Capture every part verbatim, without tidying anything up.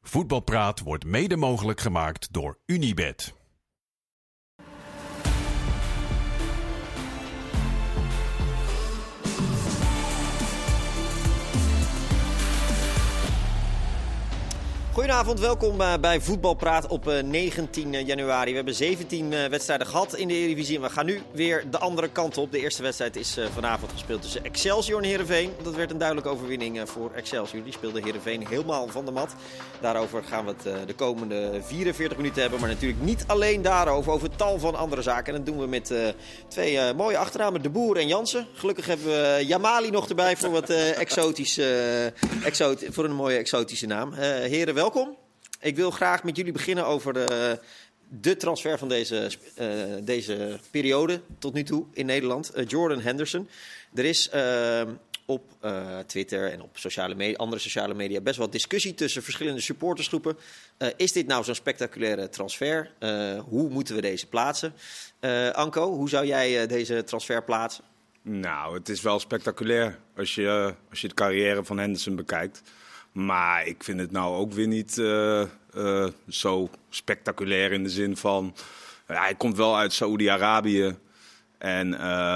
Voetbalpraat wordt mede mogelijk gemaakt door Unibet. Goedenavond, welkom bij Voetbalpraat op negentien januari. We hebben zeventien wedstrijden gehad in de Eredivisie en we gaan nu weer de andere kant op. De eerste wedstrijd is vanavond gespeeld tussen Excelsior en Heerenveen. Dat werd een duidelijke overwinning voor Excelsior. Die speelde Heerenveen helemaal van de mat. Daarover gaan we het de komende vierenveertig minuten hebben. Maar natuurlijk niet alleen daarover, over tal van andere zaken. En dat doen we met uh, twee uh, mooie achternamen, De Boer en Jansen. Gelukkig hebben we Jamali nog erbij voor, wat, uh, exotisch, uh, exot- voor een mooie exotische naam. Uh, heren, welkom. Ik wil graag met jullie beginnen over de, de transfer van deze, uh, deze periode tot nu toe in Nederland. Uh, Jordan Henderson. Er is uh, op uh, Twitter en op sociale media, andere sociale media best wel discussie tussen verschillende supportersgroepen. Uh, is dit nou zo'n spectaculaire transfer? Uh, hoe moeten we deze plaatsen? Uh, Anko, hoe zou jij uh, deze transfer plaatsen? Nou, het is wel spectaculair als je, uh, als je de carrière van Henderson bekijkt. Maar ik vind het nou ook weer niet uh, uh, zo spectaculair in de zin van... Uh, hij komt wel uit Saoedi-Arabië. En uh,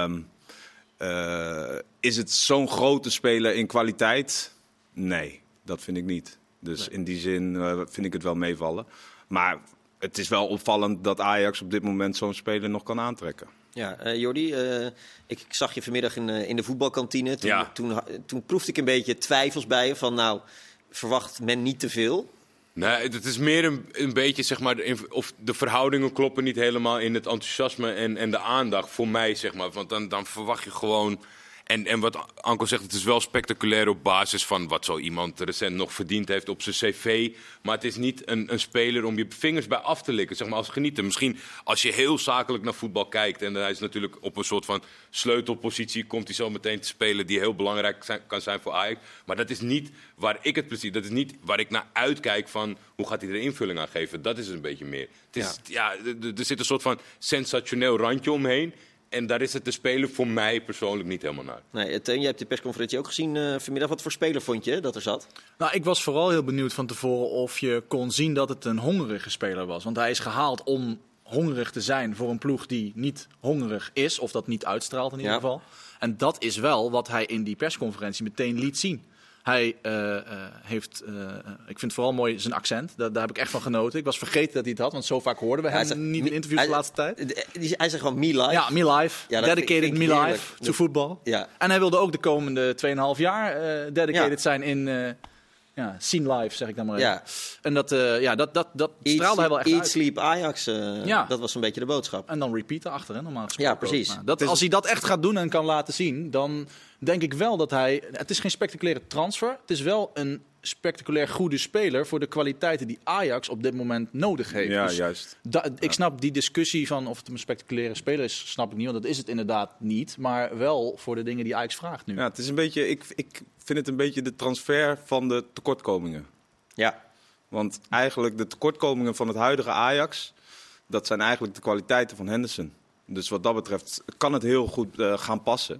uh, is het zo'n grote speler in kwaliteit? Nee, dat vind ik niet. Dus nee. In die zin uh, vind ik het wel meevallen. Maar het is wel opvallend dat Ajax op dit moment zo'n speler nog kan aantrekken. Ja, uh, Jordi, uh, ik, ik zag je vanmiddag in, uh, in de voetbalkantine. Toen, ja. toen, toen, toen proefde ik een beetje twijfels bij je van nou... Verwacht men niet te veel? Nee, het is meer een, een beetje, zeg maar, of de verhoudingen kloppen niet helemaal in het enthousiasme en, en de aandacht voor mij, zeg maar. Want dan, dan verwacht je gewoon... En, en wat Anko zegt, het is wel spectaculair op basis van wat zo iemand recent nog verdiend heeft op zijn cv. Maar het is niet een, een speler om je vingers bij af te likken, zeg maar, als genieter. Misschien als je heel zakelijk naar voetbal kijkt en hij is natuurlijk op een soort van sleutelpositie, komt hij zo meteen te spelen die heel belangrijk zijn, kan zijn voor Ajax. Maar dat is niet waar ik het precies, dat is niet waar ik naar uitkijk van hoe gaat hij er invulling aan geven. Dat is het een beetje meer. Het is, ja. Ja, er zit een soort van sensationeel randje omheen. En daar is het de speler voor mij persoonlijk niet helemaal naar. Nee, Teun, jij hebt de persconferentie ook gezien uh, vanmiddag. Wat voor speler vond je dat er zat? Nou, ik was vooral heel benieuwd van tevoren of je kon zien dat het een hongerige speler was. Want hij is gehaald om hongerig te zijn voor een ploeg die niet hongerig is. Of dat niet uitstraalt in ieder ja. geval. En dat is wel wat hij in die persconferentie meteen liet zien. Hij uh, uh, heeft, uh, ik vind het vooral mooi zijn accent. Daar, daar heb ik echt van genoten. Ik was vergeten dat hij het had, want zo vaak hoorden we hem zegt, niet in interviews de laatste tijd. Hij zegt gewoon me life. Ja, me life. Ja, dedicated me life to voetbal. Ja. En hij wilde ook de komende twee komma vijf jaar uh, dedicated ja. zijn in uh, ja, scene life, zeg ik dan maar even. Ja. En dat, uh, ja, dat, dat, dat eat, straalde hij wel echt eat, uit. Sleep, Ajax, uh, ja. dat was een beetje de boodschap. En dan repeaten achter, hè, normaal gesproken. Ja, precies. Nou, dat, als hij dat echt gaat doen en kan laten zien, dan denk ik wel dat hij... Het is geen spectaculaire transfer. Het is wel een spectaculair goede speler voor de kwaliteiten die Ajax op dit moment nodig heeft. Ja, dus juist. Da, ik snap die discussie van of het een spectaculaire speler is, snap ik niet. Want dat is het inderdaad niet. Maar wel voor de dingen die Ajax vraagt nu. Ja, het is een beetje, ik, ik vind het een beetje de transfer van de tekortkomingen. Ja. Want eigenlijk de tekortkomingen van het huidige Ajax, dat zijn eigenlijk de kwaliteiten van Henderson. Dus wat dat betreft kan het heel goed uh, gaan passen.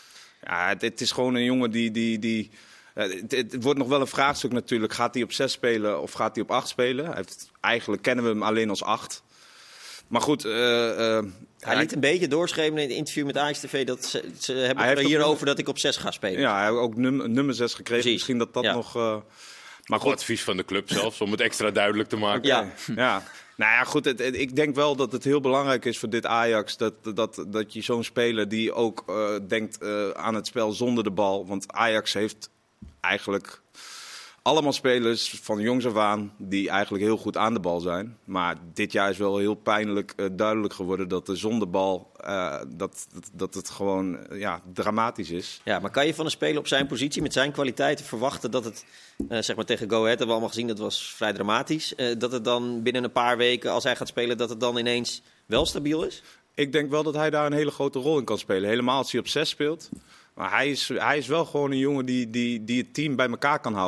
Ja, het, het is gewoon een jongen die... die, die uh, het, het wordt nog wel een vraagstuk natuurlijk. Gaat hij op zes spelen of gaat hij op acht spelen? Hij heeft, eigenlijk kennen we hem alleen als acht. Maar goed... Uh, uh, hij liet een beetje doorschemeren in het interview met Ajax T V. Dat ze, ze hebben het hierover dat ik op zes ga spelen. Ja, hij heeft ook num- nummer zes gekregen. Precies. Misschien dat dat ja. nog... Uh, maar goed, advies van de club zelfs, om het extra duidelijk te maken. Ja, ja. Nou ja, goed. Het, het, ik denk wel dat het heel belangrijk is voor dit Ajax dat, dat, dat je zo'n speler die ook uh, denkt uh, aan het spel zonder de bal. Want Ajax heeft eigenlijk allemaal spelers van jongs af aan die eigenlijk heel goed aan de bal zijn. Maar dit jaar is wel heel pijnlijk uh, duidelijk geworden dat de zonder bal uh, dat, dat, dat het gewoon uh, ja, dramatisch is. Ja, maar kan je van een speler op zijn positie met zijn kwaliteiten verwachten dat het, uh, zeg maar tegen Go Ahead hebben we allemaal gezien, dat was vrij dramatisch. Uh, dat het dan binnen een paar weken, als hij gaat spelen, dat het dan ineens wel stabiel is? Ik denk wel dat hij daar een hele grote rol in kan spelen. Helemaal als hij op zes speelt. Maar hij is, hij is wel gewoon een jongen die, die, die het team bij elkaar kan houden.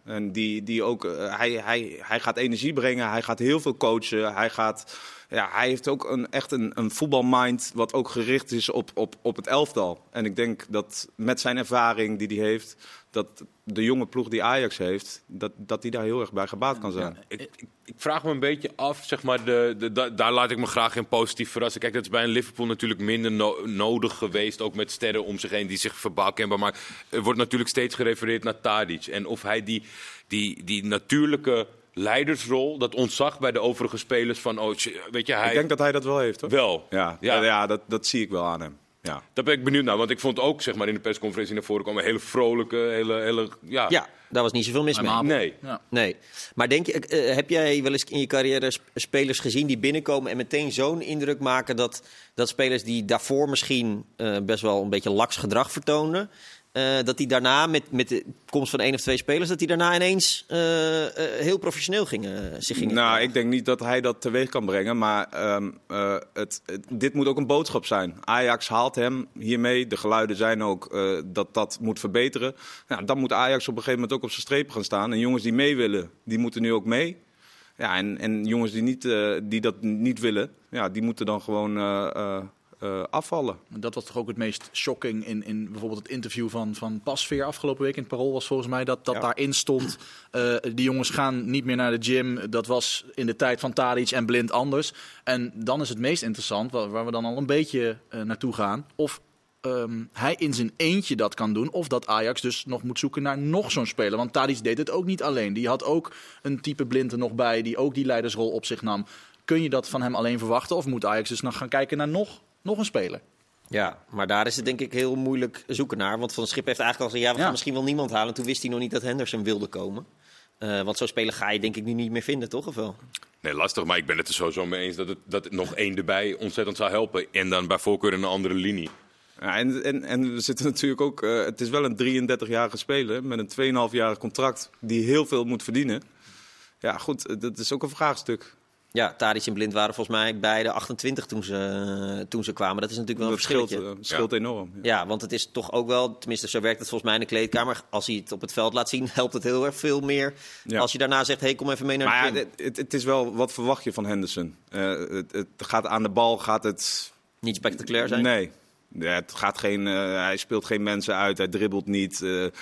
En die, die ook, uh, hij, hij, hij gaat energie brengen, hij gaat heel veel coachen. Hij, gaat, ja, hij heeft ook een, echt een, een voetbalmind wat ook gericht is op, op, op het elftal. En ik denk dat met zijn ervaring die hij heeft, dat de jonge ploeg die Ajax heeft, dat, dat die daar heel erg bij gebaat kan zijn. Ja, ik, ik, ik vraag me een beetje af, zeg maar, de, de, de, daar laat ik me graag in positief verrassen. Kijk, dat is bij een Liverpool natuurlijk minder no- nodig geweest, ook met sterren om zich heen die zich verbaal kenbaar maken. Er wordt natuurlijk steeds gerefereerd naar Tadic. En of hij die, die, die natuurlijke leidersrol, dat ontzag bij de overige spelers van, oh, weet je, hij... Ik denk dat hij dat wel heeft, hoor. Wel. Ja, Ja. ja. ja dat, dat zie ik wel aan hem. Ja. Daar ben ik benieuwd naar, want ik vond ook, zeg maar, in de persconferentie naar voren komen hele vrolijke, hele, hele ja. Ja, daar was niet zoveel mis mee. Nee. Ja. Nee. Maar denk je, uh, heb jij wel eens in je carrière sp- spelers gezien die binnenkomen en meteen zo'n indruk maken dat, dat spelers die daarvoor misschien uh, best wel een beetje laks gedrag vertoonden, uh, dat die daarna met, met de komst van één of twee spelers, dat die daarna ineens uh, uh, heel professioneel gingen, zich gingen Nou, gedragen? ik denk niet dat hij dat teweeg kan brengen. Maar um, uh, het, het, dit moet ook een boodschap zijn. Ajax haalt hem hiermee. De geluiden zijn ook uh, dat dat moet verbeteren. Nou, dan moet Ajax op een gegeven moment ook op zijn strepen gaan staan. En jongens die mee willen, die moeten nu ook mee. Ja, en, en jongens die, niet, uh, die dat niet willen, ja, die moeten dan gewoon uh, uh, uh, afvallen. Dat was toch ook het meest shocking in, in bijvoorbeeld het interview van, van Pasveer afgelopen week in het Parool was volgens mij dat, dat Ja. daarin stond. Uh, die jongens gaan niet meer naar de gym. Dat was in de tijd van Tadic en Blind anders. En dan is het meest interessant, waar, waar we dan al een beetje uh, naartoe gaan, of um, hij in zijn eentje dat kan doen, of dat Ajax dus nog moet zoeken naar nog zo'n speler. Want Tadic deed het ook niet alleen. Die had ook een type Blind er nog bij, die ook die leidersrol op zich nam. Kun je dat van hem alleen verwachten, of moet Ajax dus nog gaan kijken naar nog Nog een speler? Ja, maar daar is het denk ik heel moeilijk zoeken naar. Want Van Schip heeft eigenlijk al gezegd, ja, we gaan Ja. misschien wel niemand halen. Toen wist hij nog niet dat Henderson wilde komen. Uh, want zo'n speler ga je denk ik nu niet meer vinden, toch? Of wel? Nee, lastig, maar ik ben het er sowieso mee eens dat het, dat het nog één erbij ontzettend zou helpen. En dan bij voorkeur in een andere linie. Ja, en, en, en we zitten natuurlijk ook... Uh, het is wel een drieëndertigjarige speler met een twee komma vijf-jarig contract die heel veel moet verdienen. Ja, goed, dat is ook een vraagstuk. Ja, Tadic en Blind waren volgens mij beide achtentwintig toen ze, toen ze kwamen. Dat is natuurlijk wel Dat een scheelt, verschilletje. uh, scheelt Ja. enorm. Ja. Ja, want het is toch ook wel, tenminste zo werkt het volgens mij in de kleedkamer. Als hij het op het veld laat zien, helpt het heel erg veel meer. Ja. Als je daarna zegt, hey, kom even mee naar de Maar gym. ja, het, het, het is wel, wat verwacht je van Henderson? Uh, het, het gaat aan de bal, gaat het... Niet spectaculair zijn? Nee. Ja, het gaat geen, uh, hij speelt geen mensen uit, hij dribbelt niet. Uh, uh,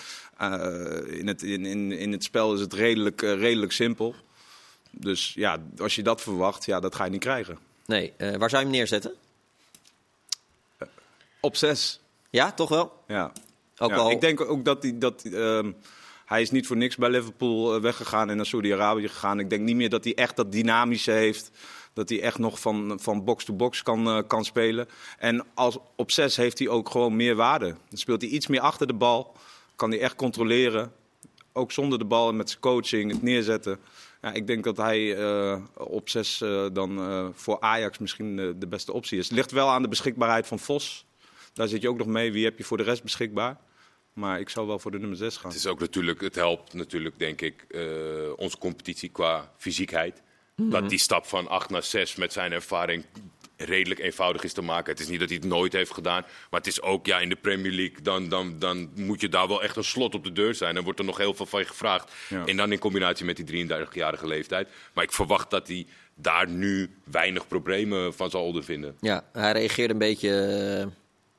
in, het, in, in, in het spel is het redelijk, uh, redelijk simpel. Dus ja, als je dat verwacht, ja, dat ga je niet krijgen. Nee, uh, waar zou je hem neerzetten? Op zes. Ja, toch wel? Ja. Ook Ja, wel. Ik denk ook dat hij... Dat, um, hij is niet voor niks bij Liverpool weggegaan en naar Saudi-Arabië gegaan. Ik denk niet meer dat hij echt dat dynamische heeft. Dat hij echt nog van, van box to box kan, uh, kan spelen. En als, op zes heeft hij ook gewoon meer waarde. Dan speelt hij iets meer achter de bal. Kan hij echt controleren. Ook zonder de bal en met zijn coaching, het neerzetten. Ja, ik denk dat hij uh, op zes uh, dan uh, voor Ajax misschien uh, de beste optie is. Het ligt wel aan de beschikbaarheid van Vos. Daar zit je ook nog mee. Wie heb je voor de rest beschikbaar? Maar ik zou wel voor de nummer zes gaan. Het is ook natuurlijk, het helpt natuurlijk, denk ik, uh, onze competitie qua fysiekheid. Mm-hmm. Dat die stap van acht naar zes met zijn ervaring redelijk eenvoudig is te maken. Het is niet dat hij het nooit heeft gedaan. Maar het is ook, ja, in de Premier League, dan, dan, dan moet je daar wel echt een slot op de deur zijn. Dan wordt er nog heel veel van je gevraagd. Ja. En dan in combinatie met die drieëndertigjarige leeftijd. Maar ik verwacht dat hij daar nu weinig problemen van zal ondervinden. Ja, hij reageerde een beetje...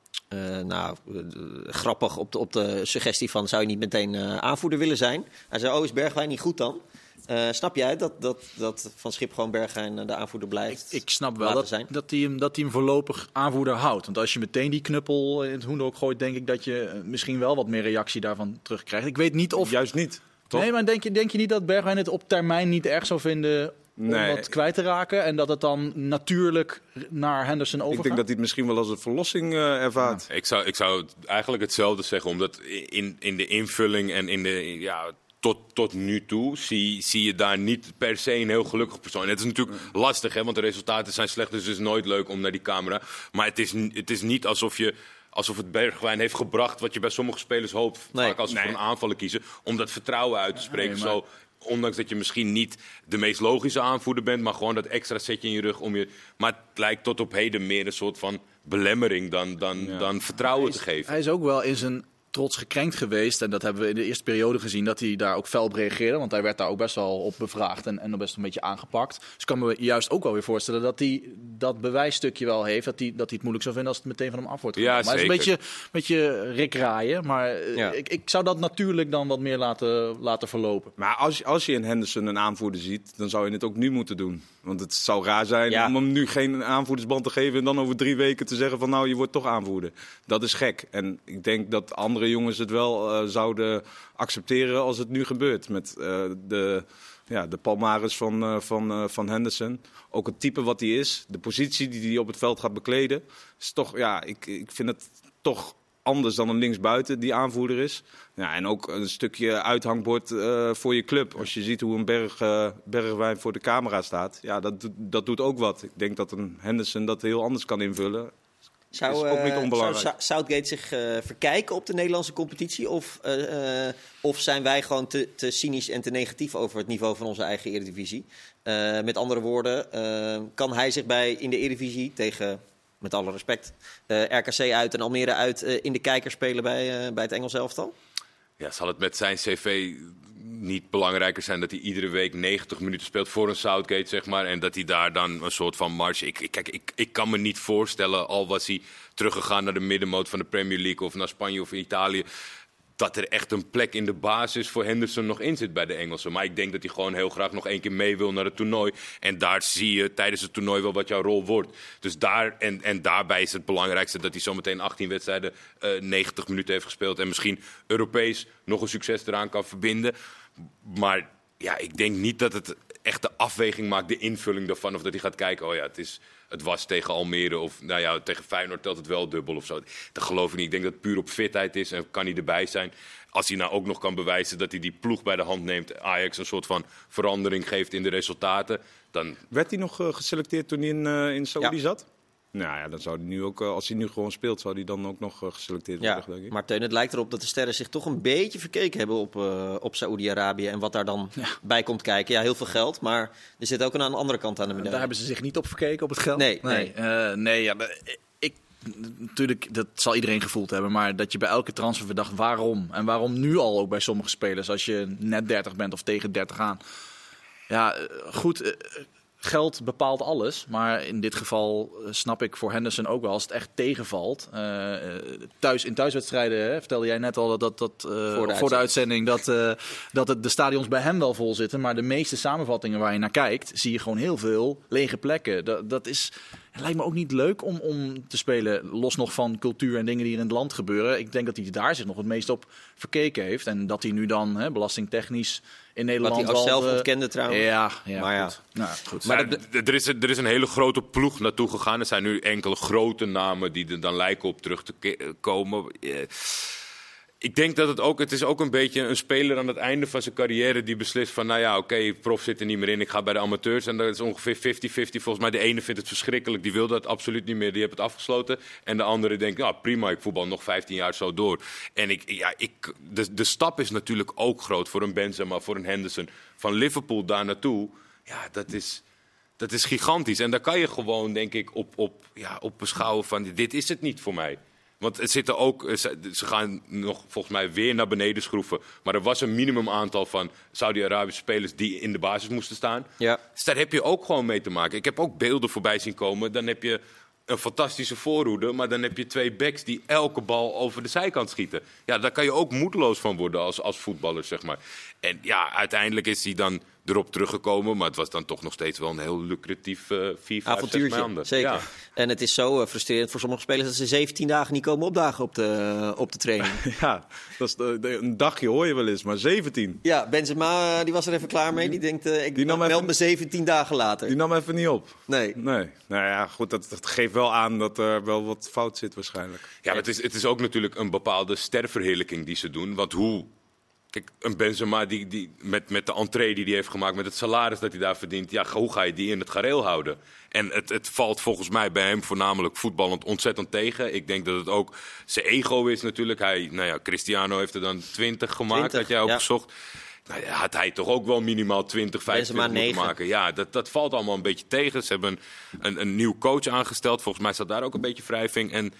Uh, nou, uh, grappig op de, op de suggestie van... zou je niet meteen uh, aanvoerder willen zijn? Hij zei, oh, is Bergwijn niet goed dan? Uh, snap jij dat, dat, dat Van Schip gewoon Bergwijn de aanvoerder blijft? Ik, ik snap wel dat, zijn? Dat, hij hem, dat hij hem voorlopig aanvoerder houdt. Want als je meteen die knuppel in het hoendok gooit... denk ik dat je misschien wel wat meer reactie daarvan terugkrijgt. Ik weet niet of... Juist niet, toch? Nee, maar denk je, denk je niet dat Bergwijn het op termijn niet erg zou vinden... om Nee. dat kwijt te raken en dat het dan natuurlijk naar Henderson overgaat? Ik denk dat hij het misschien wel als een verlossing uh, ervaart. Ja. Ik, zou, ik zou eigenlijk hetzelfde zeggen, omdat in, in de invulling en in de... Ja, Tot, tot nu toe zie, zie je daar niet per se een heel gelukkig persoon. En het is natuurlijk lastig, hè, want de resultaten zijn slecht. Dus het is nooit leuk om naar die camera. Maar het is, het is niet alsof, je, alsof het Bergwijn heeft gebracht... wat je bij sommige spelers hoopt, Nee. vaak als ze Nee. voor een aanvallen kiezen... om dat vertrouwen uit te spreken. Nee, maar- Zo, ondanks dat je misschien niet de meest logische aanvoerder bent... maar gewoon dat extra setje in je rug om je... Maar het lijkt tot op heden meer een soort van belemmering... dan, dan, Ja. dan vertrouwen Hij te is, geven. hij is ook wel in zijn trots gekrenkt geweest. En dat hebben we in de eerste periode gezien, dat hij daar ook fel op reageerde. Want hij werd daar ook best wel op bevraagd en, en best een beetje aangepakt. Dus ik kan me juist ook wel weer voorstellen dat hij dat bewijsstukje wel heeft. Dat hij, dat hij het moeilijk zou vinden als het meteen van hem af wordt genomen. Ja, maar het is een zeker. beetje, beetje rikraaien. Maar Ja. ik, ik zou dat natuurlijk dan wat meer laten, laten verlopen. Maar als, als je in Henderson een aanvoerder ziet, dan zou je het ook nu moeten doen. Want het zou raar zijn Ja. om hem nu geen aanvoerdersband te geven en dan over drie weken te zeggen van nou, je wordt toch aanvoerder. Dat is gek. En ik denk dat andere jongens het wel uh, zouden accepteren als het nu gebeurt. Met uh, de, ja, de palmares van, uh, van, uh, van Henderson. Ook het type wat hij is. De positie die hij op het veld gaat bekleden. Is toch, ja, ik, ik vind het toch anders dan een linksbuiten die aanvoerder is. Ja, en ook een stukje uithangbord uh, voor je club. Als je ziet hoe een berg, uh, Bergwijn voor de camera staat. Ja, dat, doet- dat doet ook wat. Ik denk dat een Henderson dat heel anders kan invullen. Zou, Is ook niet eh, onbelangrijk. zou Sa- Southgate zich uh, verkijken op de Nederlandse competitie? Of, uh, uh, of zijn wij gewoon te, te cynisch en te negatief over het niveau van onze eigen Eredivisie? Uh, met andere woorden, uh, kan hij zich bij in de Eredivisie tegen, met alle respect, uh, R K C uit en Almere uit uh, in de kijker spelen bij, uh, bij het Engels elftal? Ja, zal het met zijn cv niet belangrijker zijn dat hij iedere week negentig minuten speelt voor een Southgate, zeg maar. En dat hij daar dan een soort van marge... Ik, ik, kijk, ik, ik kan me niet voorstellen, al was hij teruggegaan naar de middenmoot van de Premier League of naar Spanje of Italië, dat er echt een plek in de basis voor Henderson nog in zit bij de Engelsen. Maar ik denk dat hij gewoon heel graag nog één keer mee wil naar het toernooi. En daar zie je tijdens het toernooi wel wat jouw rol wordt. Dus daar, en, en daarbij is het belangrijkste dat hij zometeen achttien wedstrijden uh, negentig minuten heeft gespeeld. En misschien Europees nog een succes eraan kan verbinden. Maar ja, ik denk niet dat het echt de afweging maakt, de invulling daarvan. Of dat hij gaat kijken, oh ja, het, is, het was tegen Almere of nou ja, tegen Feyenoord telt het wel dubbel of zo. Dat geloof ik niet. Ik denk dat het puur op fitheid is en kan hij erbij zijn. Als hij nou ook nog kan bewijzen dat hij die ploeg bij de hand neemt, Ajax een soort van verandering geeft in de resultaten, dan... Werd hij nog uh, geselecteerd toen hij in, uh, in Saudi Ja. zat? Nou ja, dan zou hij nu ook, uh, als hij nu gewoon speelt, zou hij dan ook nog uh, geselecteerd Ja, worden, denk ik. maar Teun, het lijkt erop dat de sterren zich toch een beetje verkeken hebben op, uh, op Saoedi-Arabië en wat daar dan Ja. bij komt kijken. Ja, heel veel geld, maar er zit ook een aan de andere kant aan de medaille. Daar hebben ze zich niet op verkeken, op het geld. Nee, nee, nee. Uh, nee ja, maar ik, natuurlijk, dat zal iedereen gevoeld hebben. Maar dat je bij elke transfer verdacht, waarom? En waarom nu al ook bij sommige spelers, als je net dertig bent of tegen dertig aan. Ja, goed, uh, geld bepaalt alles. Maar in dit geval uh, snap ik voor Henderson ook wel, als het echt tegenvalt. Uh, thuis, in thuiswedstrijden, hè, vertelde jij net al dat, dat, dat uh, voor, de voor de uitzending, dat, uh, dat het, de stadions bij hem wel vol zitten. Maar de meeste samenvattingen waar je naar kijkt, zie je gewoon heel veel lege plekken. Dat, dat is... Het lijkt me ook niet leuk om, om te spelen, los nog van cultuur en dingen die in het land gebeuren. Ik denk dat hij daar zich nog het meest op verkeken heeft. En dat hij nu dan hè, belastingtechnisch in Nederland... Wat hij ook wel, zelf uh, ontkende trouwens. Ja, ja, Maar ja. goed. Nou, goed. Maar Maar dat- d- er, is, er is een hele grote ploeg naartoe gegaan. Er zijn nu enkele grote namen die er dan lijken op terug te ke- komen. Eh, Ik denk dat het ook, het is ook een beetje een speler aan het einde van zijn carrière die beslist van, nou ja, oké, okay, prof zit er niet meer in, ik ga bij de amateurs. En dat is ongeveer vijftig vijftig. Volgens mij de ene vindt het verschrikkelijk, die wil dat absoluut niet meer, die heeft het afgesloten. En de andere denkt, nou prima, ik voetbal nog vijftien jaar zo door. En ik, ja, ik, de, de stap is natuurlijk ook groot voor een Benzema, voor een Henderson. Van Liverpool daar naartoe, ja, dat is... Dat is gigantisch. En daar kan je gewoon, denk ik, op, op, ja, op beschouwen van, dit is het niet voor mij. Want het zit er ook, ze gaan nog volgens mij weer naar beneden schroeven. Maar er was een minimum aantal van Saudi-Arabische spelers die in de basis moesten staan. Ja. Dus daar heb je ook gewoon mee te maken. Ik heb ook beelden voorbij zien komen. Dan heb je een fantastische voorhoede, maar dan heb je twee backs die elke bal over de zijkant schieten. Ja, daar kan je ook moedeloos van worden als, als voetballer, zeg maar. En ja, uiteindelijk is hij dan erop teruggekomen, maar het was dan toch nog steeds wel een heel lucratief uh, vier, vijf, zes Avontuurtje, maanden. zeker. Ja. En het is zo uh, frustrerend voor sommige spelers dat ze zeventien dagen niet komen opdagen op de, op de training. Ja, dat is de, de- een dagje hoor je wel eens, maar zeventien. Ja, Benzema uh, die was er even klaar mee. Die denkt, uh, ik Die nam meld even- me zeventien dagen later. Die nam even niet op. Nee. Nee. Nou ja, goed, dat, dat geeft wel aan dat er wel wat fout zit waarschijnlijk. Ja, maar het is, het is ook natuurlijk een bepaalde sterverheerlijking die ze doen. Want hoe... Kijk, een Benzema die, die, met, met de entree die hij heeft gemaakt, met het salaris dat hij daar verdient, ja, hoe ga je die in het gareel houden? En het, het valt volgens mij bij hem voornamelijk voetballend ontzettend tegen. Ik denk dat het ook zijn ego is natuurlijk. Hij, nou ja, Cristiano heeft er dan twintig gemaakt, twintig, had jij ook ja. gezocht. Nou ja, had hij toch ook wel minimaal twintig, vijfentwintig moeten negen. maken. Ja, dat, dat valt allemaal een beetje tegen. Ze hebben een, een, een nieuw coach aangesteld. Volgens mij staat daar ook een beetje wrijving. En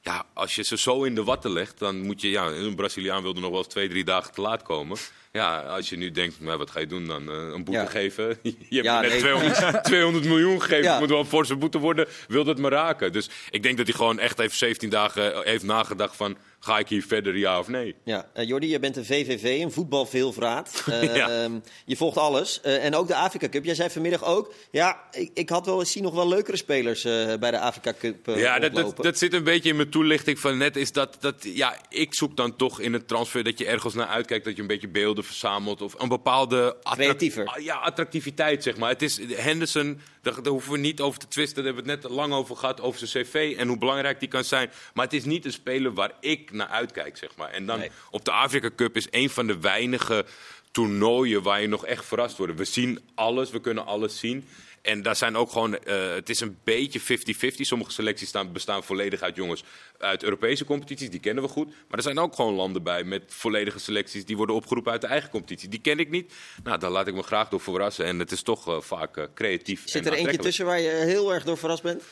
Ja, als je ze zo in de watten legt, dan moet je... Ja, een Braziliaan wilde nog wel eens twee, drie dagen te laat komen. Ja, als je nu denkt, nou, wat ga je doen dan? Uh, een boete ja. geven? Je hebt ja, net nee. tweehonderd, tweehonderd miljoen gegeven. Ja. Het moet wel een forse boete worden. Wil dat maar raken? Dus ik denk dat hij gewoon echt even zeventien dagen heeft nagedacht van... Ga ik hier verder, ja of nee? Ja, uh, Jordi, je bent een V V V, een voetbalveelvraat. Uh, ja. um, je volgt alles. Uh, en ook de Afrika Cup. Jij zei vanmiddag ook... Ja, ik, ik had wel eens zie nog wel leukere spelers uh, bij de Afrika Cup uh, Ja, dat, oplopen. dat, dat zit een beetje in mijn toelichting van net. Is dat, dat, ja, ik zoek dan toch in het transfer dat je ergens naar uitkijkt. Dat je een beetje beelden verzamelt. Of een bepaalde Creatiever. Ja, attractiviteit, zeg maar. Het is Henderson, daar, daar hoeven we niet over te twisten. Daar hebben we het net lang over gehad, over zijn cv en hoe belangrijk die kan zijn. Maar het is niet een speler waar ik naar uitkijk, zeg maar. En dan Nee. op de Afrika Cup is een van de weinige toernooien waar je nog echt verrast wordt. We zien alles, we kunnen alles zien. En daar zijn ook gewoon, uh, het is een beetje vijftig vijftig. Sommige selecties staan, bestaan volledig uit jongens uit Europese competities, die kennen we goed. Maar er zijn ook gewoon landen bij met volledige selecties die worden opgeroepen uit de eigen competitie. Die ken ik niet. Nou, daar laat ik me graag door verrassen. En het is toch uh, vaak uh, creatief. Zit en er eentje aantrekkelijk. tussen waar je heel erg door verrast bent?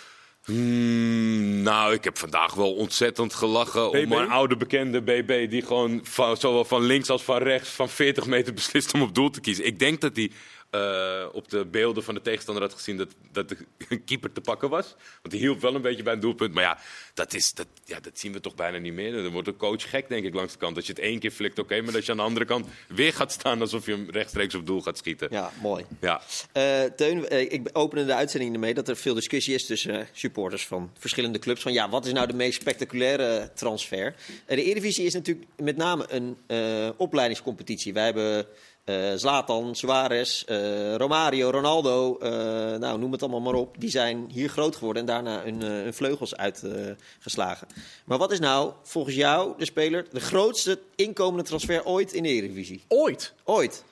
Mm, nou, ik heb vandaag wel ontzettend gelachen B B? om mijn oude bekende B B... die gewoon van, zowel van links als van rechts van veertig meter beslist om op doel te kiezen. Ik denk dat hij uh, op de beelden van de tegenstander had gezien dat, dat de keeper te pakken was. Want hij hielp wel een beetje bij een doelpunt. Maar ja dat, is, dat, ja, dat zien we toch bijna niet meer. Dan wordt de coach gek, denk ik, langs de kant. Als je het één keer flikt, oké. Okay, maar als je aan de andere kant weer gaat staan alsof je hem rechtstreeks op doel gaat schieten. Ja, mooi. Ja. Uh, Teun, uh, ik opende de uitzending ermee dat er veel discussie is tussen uh, supporters van verschillende clubs. Van ja, wat is nou de meest spectaculaire transfer? Uh, de Eredivisie is natuurlijk met name een uh, opleidingscompetitie. Wij hebben uh, Zlatan, Suarez, uh, Romario, Ronaldo, uh, nou noem het allemaal maar op. Die zijn hier groot geworden en daarna hun, uh, hun vleugels uitgeslagen. Uh, maar wat is nou volgens jou de speler, de grootste inkomende transfer ooit in de Eredivisie? Ooit? Ooit.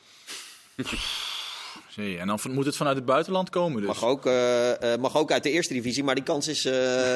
Zee, en dan moet het vanuit het buitenland komen dus. Mag ook, uh, uh, mag ook uit de eerste divisie, maar die kans is, uh,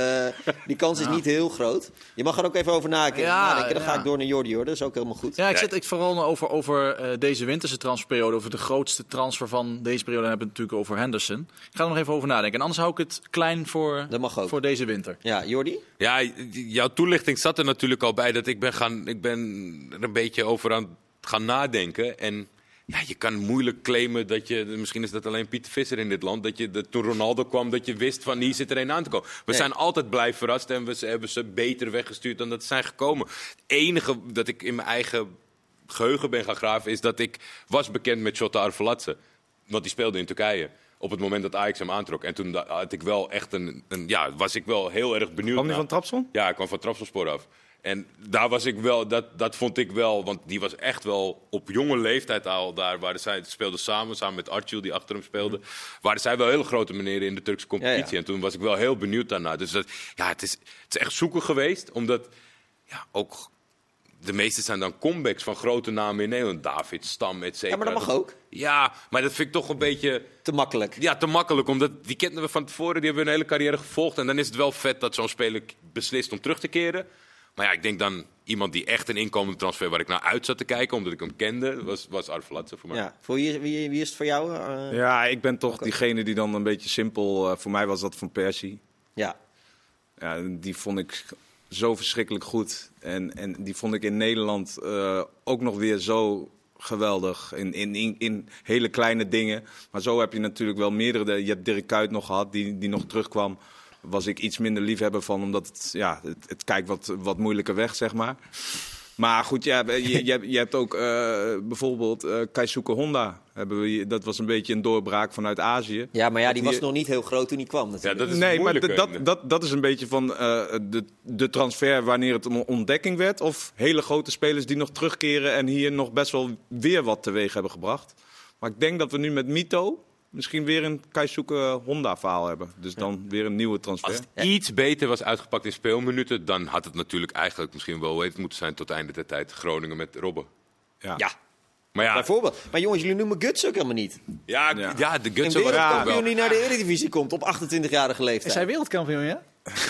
die kans is Ja. niet heel groot. Je mag er ook even over nadenken. Ja, nadenken. Dan ja. ga ik door naar Jordi, hoor. Dat is ook helemaal goed. Ja, ik Ja. zit ik vooral over, over uh, deze winterse transferperiode, over de grootste transfer van deze periode. Dan hebben we het natuurlijk over Henderson. Ik ga er nog even over nadenken. En anders hou ik het klein voor, Dat mag ook. voor deze winter. Ja, Jordi? Ja, jouw toelichting zat er natuurlijk al bij dat ik ben, gaan, ik ben er een beetje over aan het gaan nadenken. En ja, je kan moeilijk claimen dat je, misschien is dat alleen Pieter Visser in dit land, dat je dat toen Ronaldo kwam, dat je wist van hier zit er een aan te komen. We Nee. zijn altijd blij verrast en we hebben ze beter weggestuurd dan dat ze zijn gekomen. Het enige dat ik in mijn eigen geheugen ben gaan graven is dat ik was bekend met Shota Arveladze. Want die speelde in Turkije. Op het moment dat Ajax hem aantrok. En toen had ik wel echt een, een ja, was ik wel heel erg benieuwd. Kwam die naar. van Trabzon? Ja, ik kwam van Trabzonspor af. En daar was ik wel, dat, dat vond ik wel, want die was echt wel op jonge leeftijd al daar. Waar zij speelden samen, samen met Archil die achter hem speelde. Waren zij wel hele grote meneren in de Turkse competitie. Ja, ja. En toen was ik wel heel benieuwd daarna. Dus dat, ja, het is, het is echt zoeken geweest, omdat ja, ook de meeste zijn dan comebacks van grote namen in Nederland. David, Stam, et cetera. Ja, maar dat mag ook. Ja, maar dat vind ik toch een beetje Te makkelijk. ja, te makkelijk. Omdat die kenden we van tevoren, die hebben we een hele carrière gevolgd. En dan is het wel vet dat zo'n speler beslist om terug te keren. Maar ja, ik denk dan iemand die echt een inkomende transfer waar ik naar uit zat te kijken, omdat ik hem kende, was, was Arveladze voor mij. Ja. Voor wie, wie, wie is het voor jou? Uh, Ja, ik ben toch diegene die dan een beetje simpel... Uh, voor mij was dat Van Persie. ja. Ja, die vond ik zo verschrikkelijk goed. En, en die vond ik in Nederland uh, ook nog weer zo geweldig. In, in, in, in hele kleine dingen. Maar zo heb je natuurlijk wel meerdere... Je hebt Dirk Kuyt nog gehad, die, die nog terugkwam. Was ik iets minder liefhebber van, omdat het, ja, het, het kijkt wat, wat moeilijker weg, zeg maar. Maar goed, ja, je, je, je hebt ook uh, bijvoorbeeld uh, Keisuke Honda. Hebben we, dat was een beetje een doorbraak vanuit Azië. ja, maar ja, die was Die- nog niet heel groot toen hij kwam Ja, natuurlijk. dat is Nee, maar moeilijk. d- dat, dat, dat is een beetje van uh, de, de transfer wanneer het een ontdekking werd. Of hele grote spelers die nog terugkeren en hier nog best wel weer wat teweeg hebben gebracht. Maar ik denk dat we nu met Mito misschien weer een Keisuke Honda verhaal hebben. Dus dan weer een nieuwe transfer. Als het iets beter was uitgepakt in speelminuten, dan had het natuurlijk eigenlijk misschien wel weten moeten zijn tot het einde der tijd. Groningen met Robben. Ja. Ja, Maar ja, bijvoorbeeld. Maar jongens, jullie noemen Guts ook helemaal niet. ja, Ja. ja. de Een Gutsen was ook wel. wereldkampioen die naar de Eredivisie komt op achtentwintigjarige leeftijd. Is hij wereldkampioen, ja?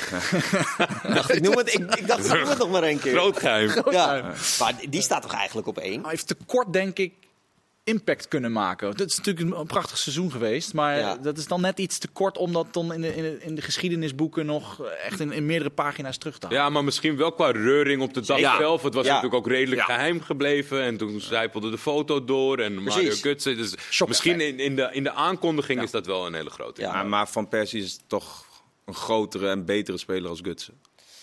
Ik dacht, ik, noem het, ik, ik dacht, ik noem het nog maar één keer. Groot geheim. Ja. Maar die staat toch eigenlijk op één? Hij heeft tekort, denk ik, impact kunnen maken. Het is natuurlijk een prachtig seizoen geweest, maar Ja. dat is dan net iets te kort om dat dan in de, in de, in de geschiedenisboeken nog echt in, in meerdere pagina's terug te halen. Ja, maar misschien wel qua reuring op de dag Ja. zelf. Het was Ja. natuurlijk ook redelijk Ja. geheim gebleven. En toen zijpelde de foto door en Mario Precies. Götze. Dus Shock misschien effect. in, in, de, in de aankondiging Ja. is dat wel een hele grote. Ja. Maar, maar Van Persie is toch een grotere en betere speler als Götze.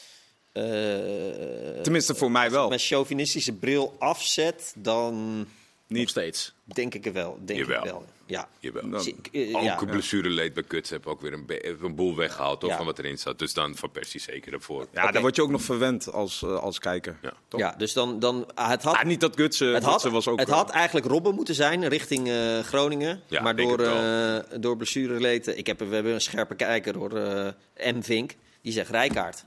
Eh, Tenminste, voor mij Als ik wel. mijn chauvinistische bril afzet, dan Nog steeds. denk ik het wel. Denk Jawel. ik wel. Ja. Jawel. Dan- Zie- eh, Ook ja. een blessureleed bij Götze heb ook weer een, be- een boel weggehaald toch, Ja. van wat erin zat. Dus dan Van Persie zeker ervoor. Ja, Oké. daar word je ook nog verwend als, eh, als kijker. Ja. Toch? Ja, dus dan, dan ah, het had, Ah, niet dat Götze, het had, Götze was ook... het eh, had eigenlijk Robben moeten zijn richting eh, Groningen. Ja, maar denk door, het eh door blessureleten. Ik heb, we hebben een scherpe kijker hoor, eh M. Vink. Die zegt Rijkaard.